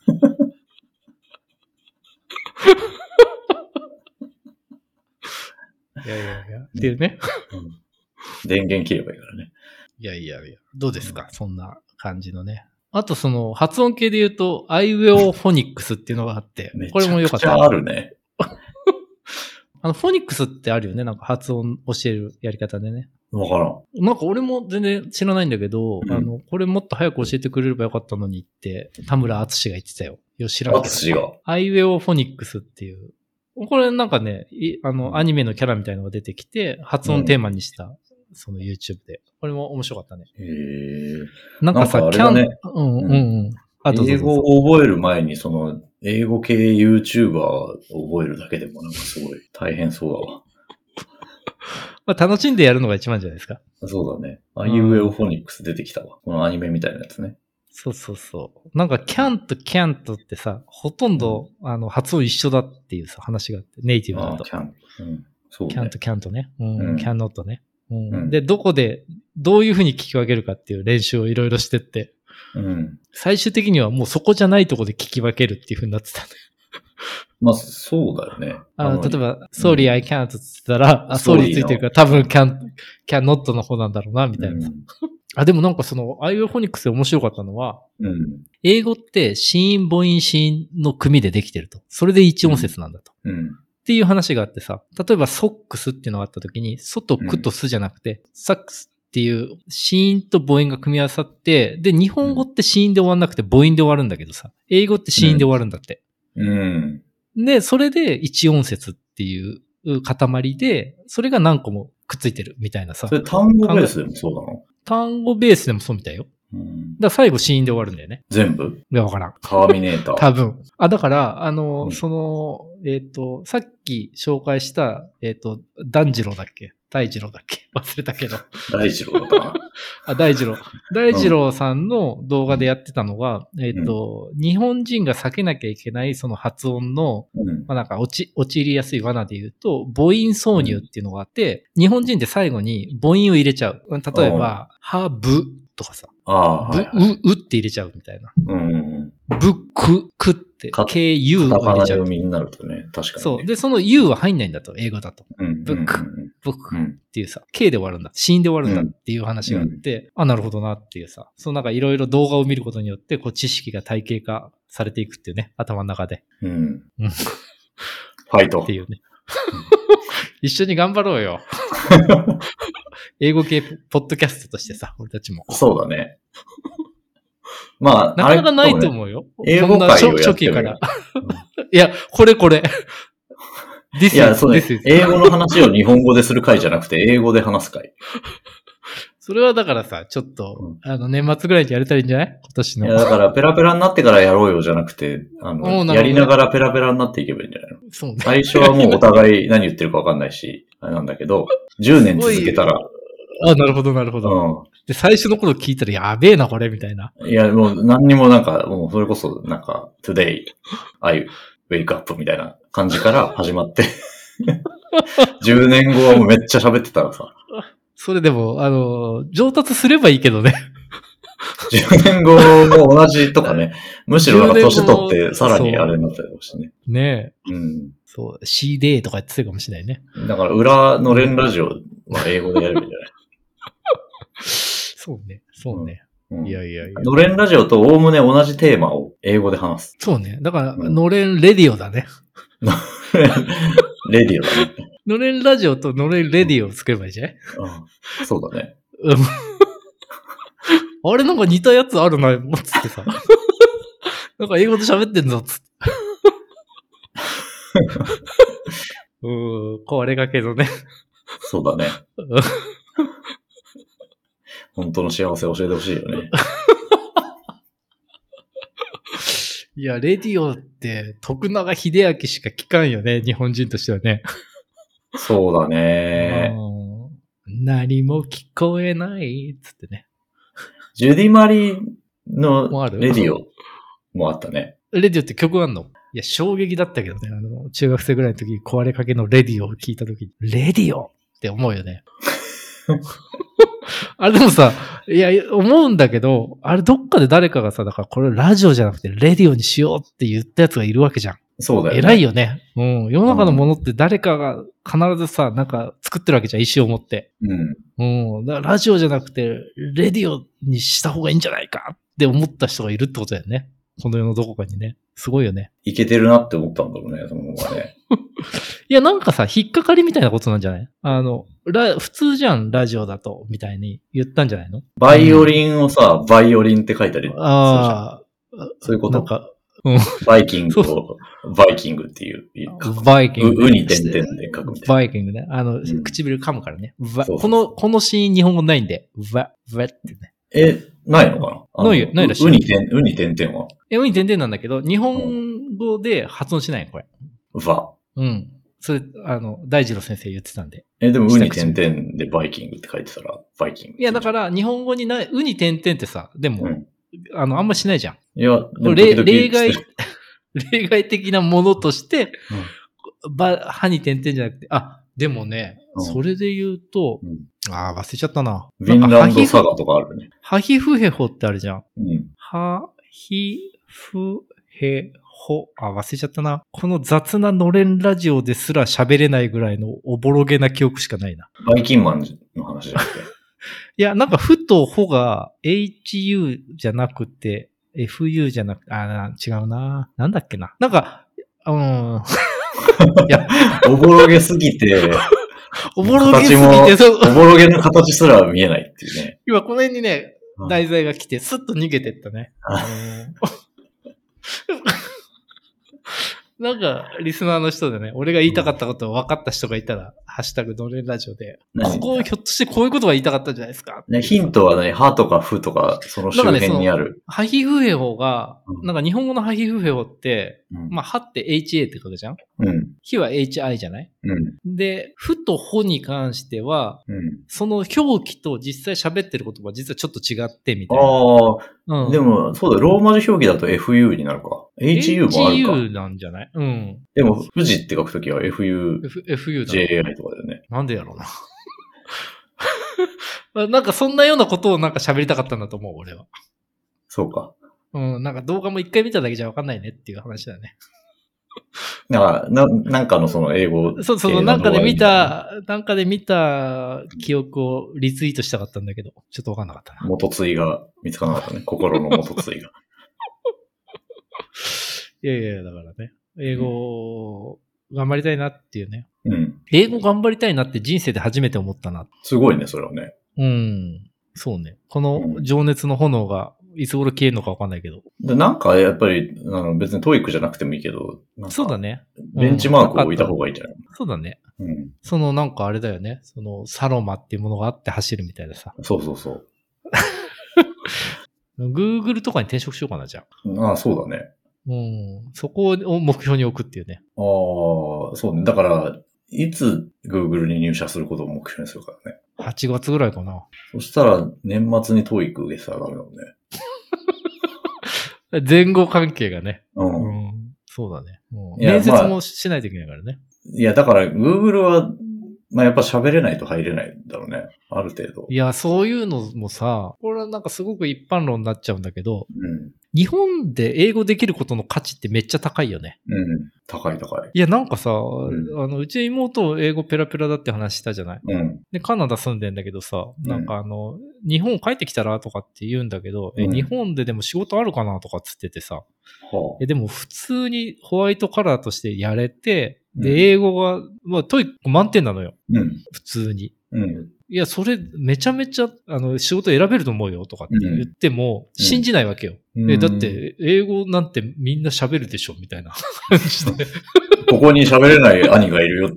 いや。っていうね、 電源切ればいいからね。 いや。どうですか、そんな感じのね。あと発音系で言うと、アイウェオフォニックスっていうのがあって、これも良かった。 めちゃくちゃあるね。 フォニックスってあるよね。なんか発音教えるやり方でね。 わからん。 なんか俺も全然知らないんだけど、これもっと早く教えてくれればよかったのにって、田村敦が言ってたよ。知らんけど。 敦が。 アイウェオフォニックスっていう。これなんかね、アニメのキャラみたいなのが出てきて、発音テーマにした、YouTube で。これも面白かったね。なんかさ、 キャン、ね、英語を覚える前に、英語系 YouTuber を覚えるだけでもなんかすごい大変そうだわ。 まあ楽しんでやるのが一番じゃないですか。 そうだね。アイウェオフォニックス出てきたわ。このアニメみたいなやつね。 そう。なんか、キャントってさ、ほとんど、発音一緒だっていうさ、話があって、ネイティブだと。 キャント。 キャントね。キャンノットね。で、どういうふうに聞き分けるかっていう練習をいろいろしてって、最終的にはもうそこじゃないとこで聞き分けるっていうふうになってたね。 まあ、そうだよね。 例えば、sorry, I can't って言ったら、sorry ついてるから多分 can not の方なんだろうな、みたいな。でもなんかアイウェオフォニックスで面白かったのは、英語って子音、母音、子音の組でできてると。それで一音節なんだと。っていう話があってさ、例えばソックスっていうのがあった時に、ソとクとスじゃなくて、サックスっていう子音と母音が組み合わさって、で、日本語って子音で終わんなくて母音で終わるんだけどさ、英語って子音で終わるんだって。で、それで一音節っていう塊で、それが何個もくっついてるみたいなさ。 それ単語ベースでもそうなの？ 単語ベースでもそうみたいよ。だから最後子音で終わるんだよね。 全部？ いや、わからん。 ターミネーター。 多分。だから、さっき紹介した、大二郎だっけ忘れたけど。 大二郎だな。 大二郎さんの動画でやってたのが、日本人が避けなきゃいけないその発音の、なんか陥りやすい罠で言うと、母音挿入っていうのがあって、日本人って最後に母音を入れちゃう。例えば、は、ぶとかさ、うって入れちゃうみたいな。ぶ、くって、k, u を入れちゃう。 読みになるとね、確かに。 そう。で、その u は入んないんだと、英語だと。ぶくっていうさ、k で終わるんだ。子音で終わるんだっていう話があって、なるほどなっていうさ、なんかいろいろ動画を見ることによって、知識が体系化されていくっていうね、頭の中で。 ファイト。 っていうね。一緒に頑張ろうよ。英語系ポッドキャストとしてさ、俺たちも。 そうだね。まあ、 なかなかないと思うよ。 英語界をやってるから。 いや、これ。 いや、そうね。英語の話を日本語でする回じゃなくて、英語で話す回。 それはだからさ、ちょっと、年末ぐらいにやれたらいいんじゃない？今年の。 いや、だからペラペラになってからやろうよじゃなくて、やりながらペラペラになっていけばいいんじゃないの？ そうね。 最初はもうお互い何言ってるかわかんないし、あれなんだけど、10年続けたら。 なるほど。で、最初の頃聞いたらやべえな、これ、みたいな。 いや、もう何にもなんか、もうそれこそなんか、today, I wake up みたいな感じから始まって、10年後はもうめっちゃ喋ってたらさ。 それでも、上達すればいいけどね。 10年後も同じとかね。むしろなんか年取ってさらにあれになったりもしてね。 ねえ。そう、C デーとかやってるかもしれないね。 だから裏の連ラジオは英語でやればいいんじゃない？ そうね。いや。 のれんラジオとおおむね同じテーマを英語で話す。 そうね。だから、のれんレディオだね。 レディオだね。 のれんラジオとのれんレディオを作ればいいじゃない？ そうだね。 あれなんか似たやつあるな、つってさ。なんか英語で喋ってんぞ、つって。これがけどね。 そうだね。本当の幸せ教えてほしいよね。 いや、レディオって徳永秀明しか聞かんよね、日本人としてはね。 そうだね。 何も聞こえないつってね。 ジュディ・マリのレディオもあったね。 レディオって曲あんの？いや、衝撃だったけどね。中学生ぐらいの時、壊れかけのレディオを聞いた時に、レディオって思うよね。あれでもさ、いや、思うんだけど、あれどっかで誰かがさ、だからこれラジオじゃなくてレディオにしようって言ったやつがいるわけじゃん。 そうだよね。 偉いよね。うん。世の中のものって誰かが必ずさ、なんか作ってるわけじゃん、意思を持って。うん。だからラジオじゃなくて、レディオにした方がいいんじゃないかって思った人がいるってことだよね。この世のどこかにね。すごいよね。 いけてるなって思ったんだろうね、その方がね。 いや、なんかさ、引っかかりみたいなことなんじゃない？普通じゃん、ラジオだと、みたいに言ったんじゃないの？ バイオリンをさ、バイオリンって書いたりするじゃん。ああ。そういうこと？なんか、バイキングをバイキングっていう。 バイキング。 うに点々で書くみたいな。 バイキングね。唇噛むからね。このシーン日本語ないんで、ってね。 ないのかな？ ないらしい。 うに点々は？ うに点々なんだけど、日本語で発音しないの、これ。うん。それ、大二郎先生言ってたんで。 でも、うに点々でバイキングって書いてたら、バイキング。 いや、だから、日本語にない、うに点々ってさ、でも、あんましないじゃん。 いや、 例外的なものとして、歯に点々じゃなくて、でもね、それで言うと、忘れちゃったな。 ヴィンランドサガとかあるね。 ハヒフヘホってあるじゃん。ハヒフヘホ。忘れちゃったな。この雑なのれんラジオですら喋れないぐらいのおぼろげな記憶しかないな。 バイキンマンの話じゃなくて。 いや、なんか、ふとほが HU じゃなくて、FU じゃなくて、違うな。なんだっけな。なんか、いや、おぼろげすぎて、 おぼろげすぎて、 おぼろげの形すら見えないっていうね。 今この辺にね、題材が来て、スッと逃げてったね。なんか、リスナーの人でね、俺が言いたかったことを分かった人がいたら、ハッシュタグのれんラジオで、ここ、ひょっとしてこういうことが言いたかったんじゃないですか？ ね、ヒントはね、ハとかフとか、その周辺にある。 ハヒフヘホが、なんか日本語のハヒフヘホって、ハって HA って書くじゃん？ヒは HI じゃない？で、フとホに関しては、その表記と実際喋ってる言葉実はちょっと違ってみたいな。 でも、そうだ、ローマ字表記だと FU になるか。HU もあるか。 HU なんじゃない？ でも、富士って書くときは FU、JAI とかだよね。 なんでやろうな。なんかそんなようなことをなんか喋りたかったんだと思う、俺は。 そうか。 なんか動画も一回見ただけじゃわかんないねっていう話だね。 なんかのその英語。 そう、なんかで見た記憶をリツイートしたかったんだけど、ちょっとわかんなかったな。 元対が見つからなかったね。心の元対が。 いや、だからね。英語、頑張りたいなっていうね。 うん。 英語頑張りたいなって人生で初めて思ったな。 すごいね、それはね。 そうね。この情熱の炎がいつ頃消えるのかわかんないけど。 なんかやっぱり、別にトイックじゃなくてもいいけど。 そうだね。 ベンチマークを置いた方がいいんじゃない？ そうだね。なんかあれだよね。サロマっていうものがあって走るみたいなさ。 そう。 Google とかに転職しようかな、じゃあ。そうだね。 そこを目標に置くっていうね。 そうね。だから、いつ Google に入社することを目標にするからね。 8月ぐらいかな。 そしたら、年末に TOEIC 受けてたらダメだもんね。 前後関係がね。そうだね。面接もしないといけないからね。 いや、だから Google は、やっぱ喋れないと入れないんだろうね。ある程度。 いや、そういうのもさ、これはなんかすごく一般論になっちゃうんだけど、日本で英語できることの価値ってめっちゃ高いよね。 高い。 いや、なんかさ、うちの妹英語ペラペラだって話したじゃない？で、カナダ住んでんだけどさ、なんか日本帰ってきたらとかって言うんだけど、日本ででも仕事あるかなとかっつっててさ、でも普通にホワイトカラーとしてやれて、で、英語が、トイック満点なのよ。普通に。いや、それ、めちゃめちゃ、仕事選べると思うよ、とかって言っても、信じないわけよ。だって、英語なんてみんな喋るでしょ、みたいな感じで。 ここに喋れない兄がいるよって。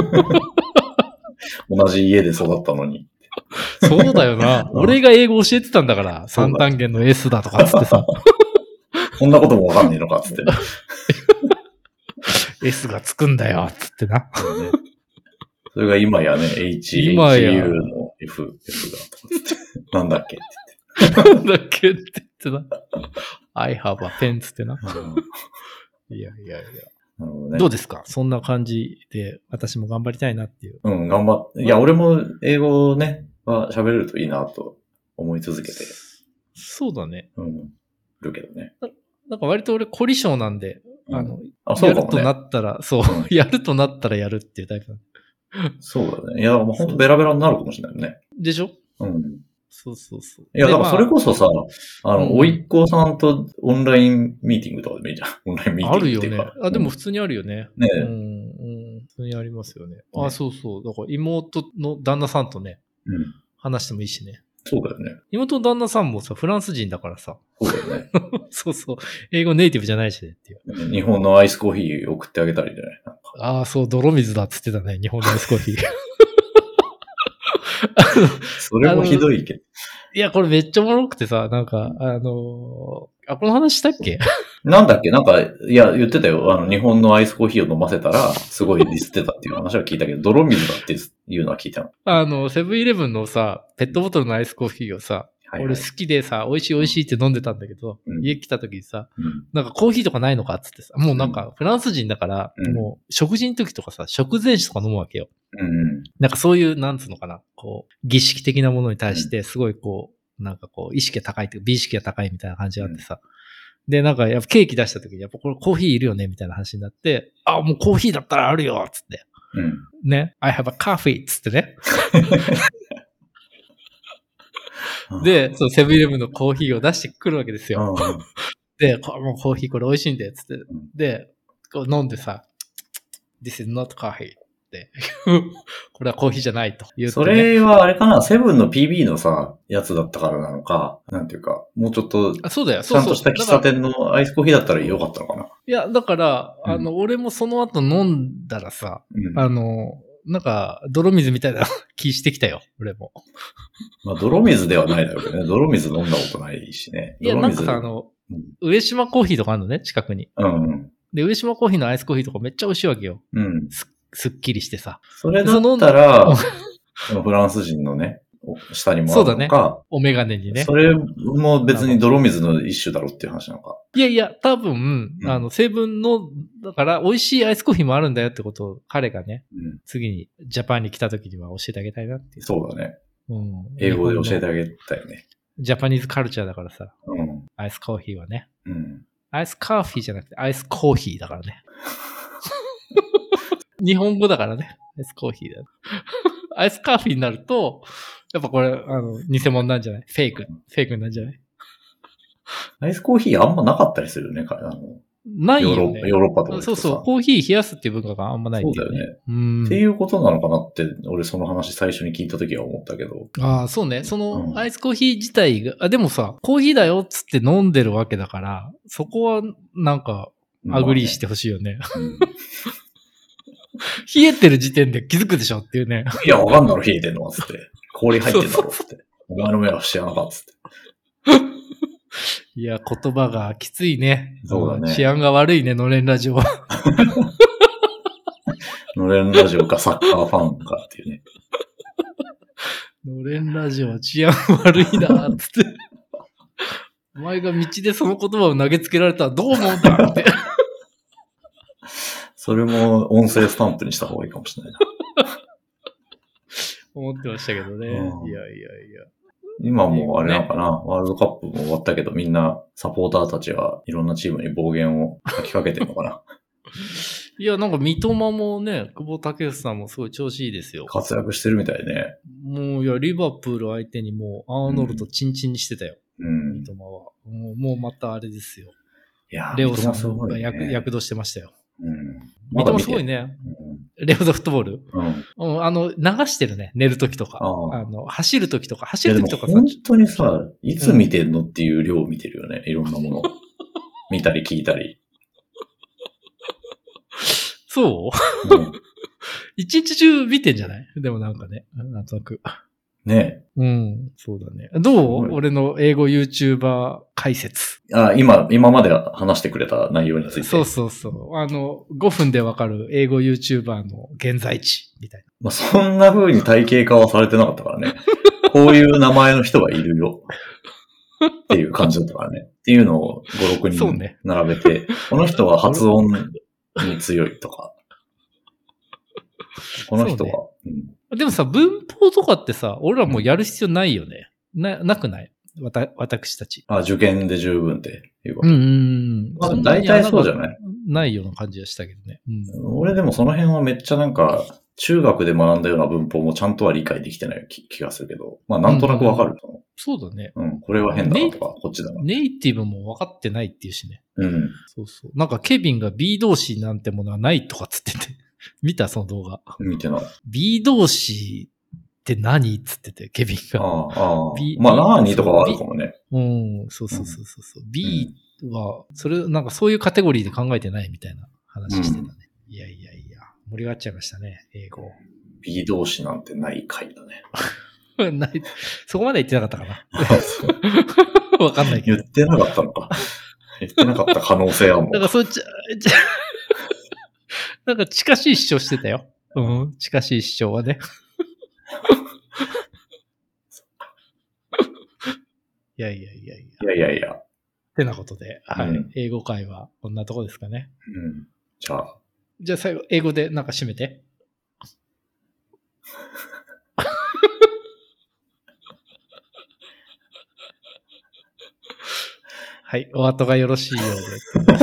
同じ家で育ったのに。 そうだよな。俺が英語教えてたんだから、三単元の S だとかっつってさ。 こんなこともわかんねえのか、つって。 S がつくんだよ、つってな。 それが今やね、HU の F が、なんだっけなんだっけって言ってた。I have a pen つってな。いや。 なるほどね。 どうですか？そんな感じで、私も頑張りたいなっていう。 いや、俺も英語ね、喋れるといいなと思い続けて。 そうだね。 るけどね。 なんか割と俺、凝り性なんで、 そうやるとなったら、やるとなったらやるっていうタイプなんで。 そうだね。いや、もうほんとベラベラになるかもしれないね。 でしょ？そう。 いや、だからそれこそさ、おいっ子さんとオンラインミーティングとかでもいいじゃん。オンラインミーティングっていうか。 あるよね。でも普通にあるよね。 ね普通にありますよね。そう。だから妹の旦那さんとね、話してもいいしね。 そうだよね。 妹の旦那さんもさ、フランス人だからさ。 そうだよね。 そう。英語ネイティブじゃないしねっていう。 日本のアイスコーヒー送ってあげたらいいんじゃない？ そう、泥水だっつってたね、日本のアイスコーヒー。 それもひどいけど。 いや、これめっちゃおもろくてさ、なんか、この話したっけ？ なんだっけなんか、いや、言ってたよ。日本のアイスコーヒーを飲ませたら、すごいディスってたっていう話は聞いたけど、泥水だっていうのは聞いたの。セブンイレブンのさ、ペットボトルのアイスコーヒーをさ、俺好きでさ、美味しいって飲んでたんだけど、家来た時にさ、なんかコーヒーとかないのかっつってさ、もうなんかフランス人だから、もう食事の時とかさ、食前酒とか飲むわけよ。なんかそういう、なんつうのかな、こう、儀式的なものに対して、すごいこう、なんかこう、意識が高いっていうか、美意識が高いみたいな感じがあってさ、で、なんかやっぱケーキ出した時に、やっぱこれコーヒーいるよねみたいな話になって、もうコーヒーだったらあるよっつって。ね、I have a coffee っつってね。で、そう、セブンイレブンのコーヒーを出してくるわけですよ。で、もうコーヒーこれ美味しいんだよ、つって。で、こう飲んでさ、This is not coffee って。これはコーヒーじゃないと言って、ね。 それはあれかな、セブンの PB のさ、やつだったからなのか、なんていうか、もうちょっと、 そうだよ、 ちゃんとした喫茶店のアイスコーヒーだったらよかったのかな。 いや、だから、俺もその後飲んだらさ、なんか、泥水みたいな気してきたよ、俺も。 まあ、泥水ではないだろうけどね。泥水飲んだことないしね。 いや、なんかさ、上島コーヒーとかあるのね、近くに。で、上島コーヒーのアイスコーヒーとかめっちゃ美味しいわけよ。すっきりしてさ。 それだったら、フランス人のね、下にもあるのか。そうだね。 お眼鏡にね。 それも別に泥水の一種だろっていう話なのか。 いや、多分、成分の、だから美味しいアイスコーヒーもあるんだよってことを彼がね、次にジャパンに来た時には教えてあげたいなっていう。 そうだね。英語で教えてあげたいね。 ジャパニーズカルチャーだからさ、アイスコーヒーはね。アイスカーフィーじゃなくてアイスコーヒーだからね。日本語だからね。アイスコーヒーだよ。アイスカーフィーになると、やっぱこれ、偽物なんじゃない？フェイクなんじゃない？ アイスコーヒーあんまなかったりするよね、 ないよね。 ヨーロッパとかそう、コーヒー冷やすっていう文化があんまないっていう、 ね。そうだよね。っていうことなのかなって、俺その話最初に聞いた時は思ったけど。 そうね。その、アイスコーヒー自体が、でもさ、コーヒーだよっつって飲んでるわけだから、そこはなんか、アグリーしてほしいよね。冷えてる時点で気づくでしょっていうね。 いや、わかんだろ、冷えてんのつって。氷入ってんだろ、つって。お前の目は知らなかった、つって。 いや、言葉がきついね。 そうだね。 治安が悪いね、のれんラジオは。 のれんラジオかサッカーファンかっていうね。 のれんラジオは治安悪いな、つって。お前が道でその言葉を投げつけられたらどう思うんだって。 それも音声スタンプにした方がいいかもしれないな。 思ってましたけどね。いや。 今もあれなのかな、ワールドカップも終わったけど、みんなサポーターたちはいろんなチームに暴言を吐きかけてるのかな。 いや、なんか三笘もね、久保建英さんもすごい調子いいですよ。 活躍してるみたいね。 もう、いや、リバプール相手にもうアーノルドチンチンにしてたよ。三笘は。もうまたあれですよ。 いや、 レオさんが躍動してましたよ。三笘すごいね。レオザフットボール、流してるね。寝るときとか。走るときとかさ。 本当にさ、いつ見てんのっていう量見てるよね。いろんなもの。見たり聞いたり。 そう、一日中見てんじゃない？でもなんかね、なんとなく。 ねうん、そうだね。どう？俺の英語 YouTuber 解説。 今まで話してくれた内容について。 そうそうそう。5分でわかる英語 YouTuber の現在地みたいな。 まあ、そんな風に体系化はされてなかったからね。こういう名前の人がいるよ。っていう感じだったからね。っていうのを5、6人並べて、ね、この人は発音に強いとか。この人は、 ねでもさ、文法とかってさ、俺らもうやる必要ないよね。なくない私たち。 受験で十分っていうこと。 まあ、大体そうじゃない？ ないような感じはしたけどね。 俺でもその辺はめっちゃなんか、中学で学んだような文法もちゃんとは理解できてない気がするけど、まあなんとなくわかると思う。 そうだね。 これは変だなとか、こっちだな。 ネイティブも分かってないっていうしね。 そうそう。なんかケビンが B 動詞なんてものはないとかつってて。見たその動画。 見てない。 B 動詞って何つってて、ケビンが。 まあ何とかはあるかもね。 そう。B は、それ、なんかそういうカテゴリーで考えてないみたいな話してたね。いや、盛り上がっちゃいましたね、英語。 B 動詞なんてない回だね。 ない、そこまで言ってなかったかな。わかんないけど。 言ってなかったのか。言ってなかった可能性はもう。 なんかなんか近しい主張してたよ。近しい主張はね。いや。ってなことで、はい。英語会はこんなとこですかね。 じゃあ最後、英語でなんか締めて。はい。お後がよろしいようで。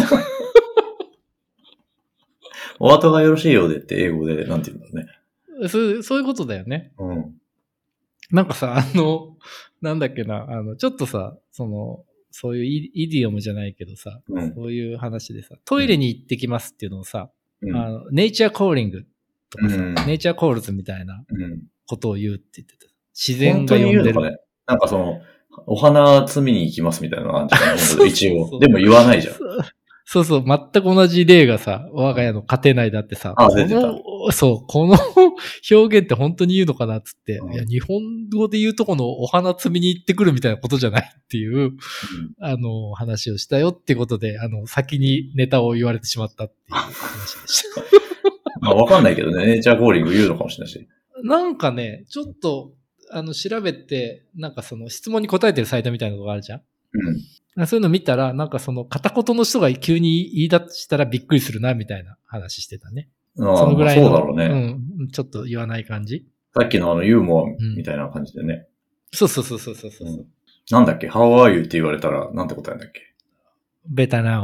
お後がよろしいようでって英語でなんて言うんだろうね。そういうことだよね。なんかさ、なんだっけな、ちょっとさ、そういうイディオムじゃないけどさ、そういう話でさ、トイレに行ってきますっていうのをさ、ネイチャーコーリングとかさ、ネイチャーコールズみたいなことを言うって言ってた。自然が呼んでる。 本当に言うのかね。なんかお花摘みに行きますみたいなのがあるんじゃない？一応。でも言わないじゃん。 そう、全く同じ例がさ、我が家の家庭内だってさ、この表現って本当に言うのかなっつって、いや、日本語で言うとこのお花摘みに行ってくるみたいなことじゃないっていう、話をしたよってことで、先にネタを言われてしまったっていう話でした。 まあ、わかんないけどね、ネイチャーコーリング言うのかもしれないし。 なんかね、ちょっと、調べて、なんか質問に答えてるサイトみたいなのがあるじゃん？そういうの見たら、なんか片言の人が急に言い出したらびっくりするな、みたいな話してたね。そのぐらいの。 そうだろうね。 ちょっと言わない感じ。 さっきのユーモアみたいな感じでね。 そう。 なんだっけ ?How are you って言われたら、なんて答えんだっけ ?Better now.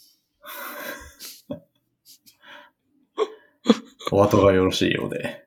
お後がよろしいようで。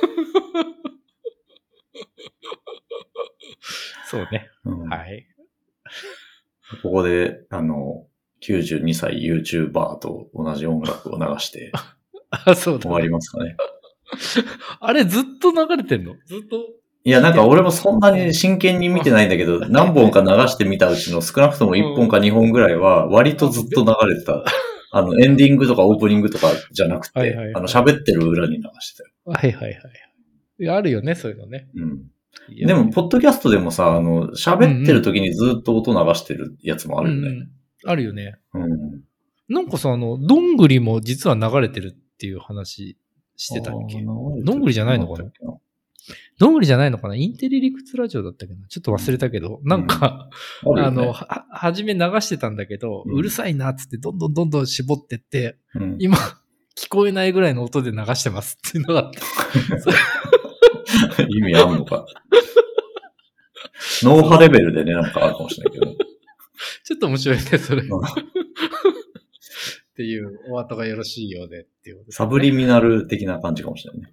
そうね。はい。 ここで、92歳 YouTuber と同じ音楽を流して、 そうだ、 終わりますかね。 あれずっと流れてんの？ずっと。 いや、なんか俺もそんなに真剣に見てないんだけど、何本か流してみたうちの少なくとも1本か2本ぐらいは、割とずっと流れてた。エンディングとかオープニングとかじゃなくて、喋ってる裏に流してたよ。 いや、あるよね、そういうのね。 でも、ポッドキャストでもさ、喋ってる時にずっと音流してるやつもあるよね。 あるよね。なんかさ、どんぐりも実は流れてるっていう話してたっけ？どんぐりじゃないのかな？どんぐりじゃないのかな？インテリ理屈ラジオだったけど、ちょっと忘れたけど、なんか、はじめ流してたんだけど、うるさいなっつってどんどん絞ってって、今、聞こえないぐらいの音で流してますっていうのがあった。 意味あんのか。脳波レベルでね、なんかあるかもしれないけど。 ちょっと面白いね、それ。っていう、お後がよろしいようでっていう、ね。 サブリミナル的な感じかもしれないね。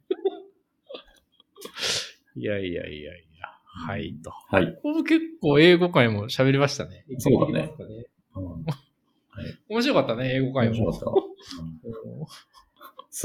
いや。はいと。 はい。 これ結構英語界も喋りましたね。 そうだね。 面白かったね、英語界も。 面白かった。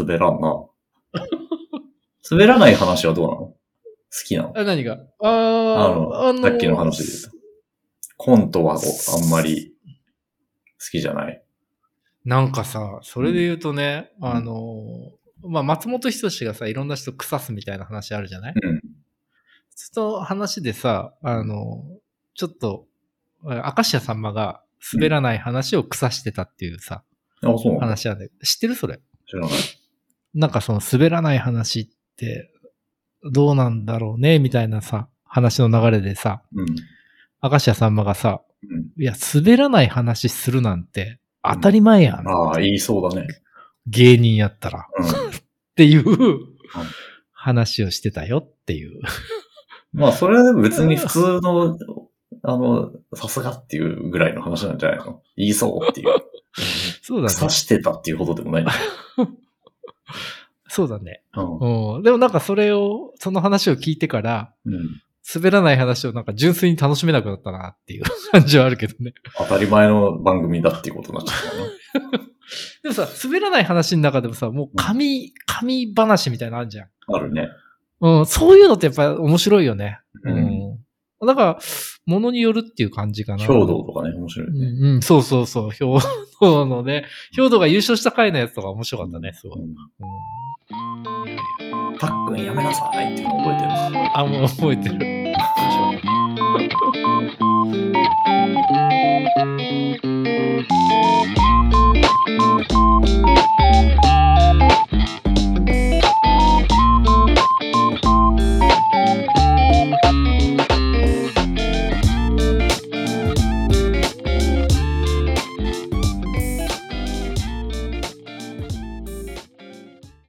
滑らんな。滑らない話はどうなの？好きなの？ 何が？ さっきの話で言うと。コントはあんまり好きじゃない。 なんかさ、それで言うとね、松本人志がさ、いろんな人腐すみたいな話あるじゃない？ つと話でさ、ちょっと、明石家さんまが滑らない話を腐してたっていうさ、 そうなんだ。 話なんだけど、知ってるそれ。 知らない。 なんかその滑らない話ってどうなんだろうね、みたいなさ、話の流れでさ、明石家さんまがさ、いや、滑らない話するなんて当たり前やん。 言いそうだね。 芸人やったら。っていう話をしてたよっていう。 まあ、それは別に普通の、さすがっていうぐらいの話なんじゃないの？言いそうっていう。 そうだね。 刺してたっていうほどでもない。 そうだね。でもなんかその話を聞いてから、滑らない話をなんか純粋に楽しめなくなったなっていう感じはあるけどね。 当たり前の番組だっていうことになっちゃったな。 でもさ、滑らない話の中でもさ、もう神話みたいなのあるじゃん。 あるね。 そういうのってやっぱ面白いよね。だから、ものによるっていう感じかな。 兵道とかね、面白いね。 そう。兵道のね、兵道が優勝した回のやつとか面白かったね、すごい。 パックンやめなさいっていうの覚えてる。 もう覚えてる。面白かった。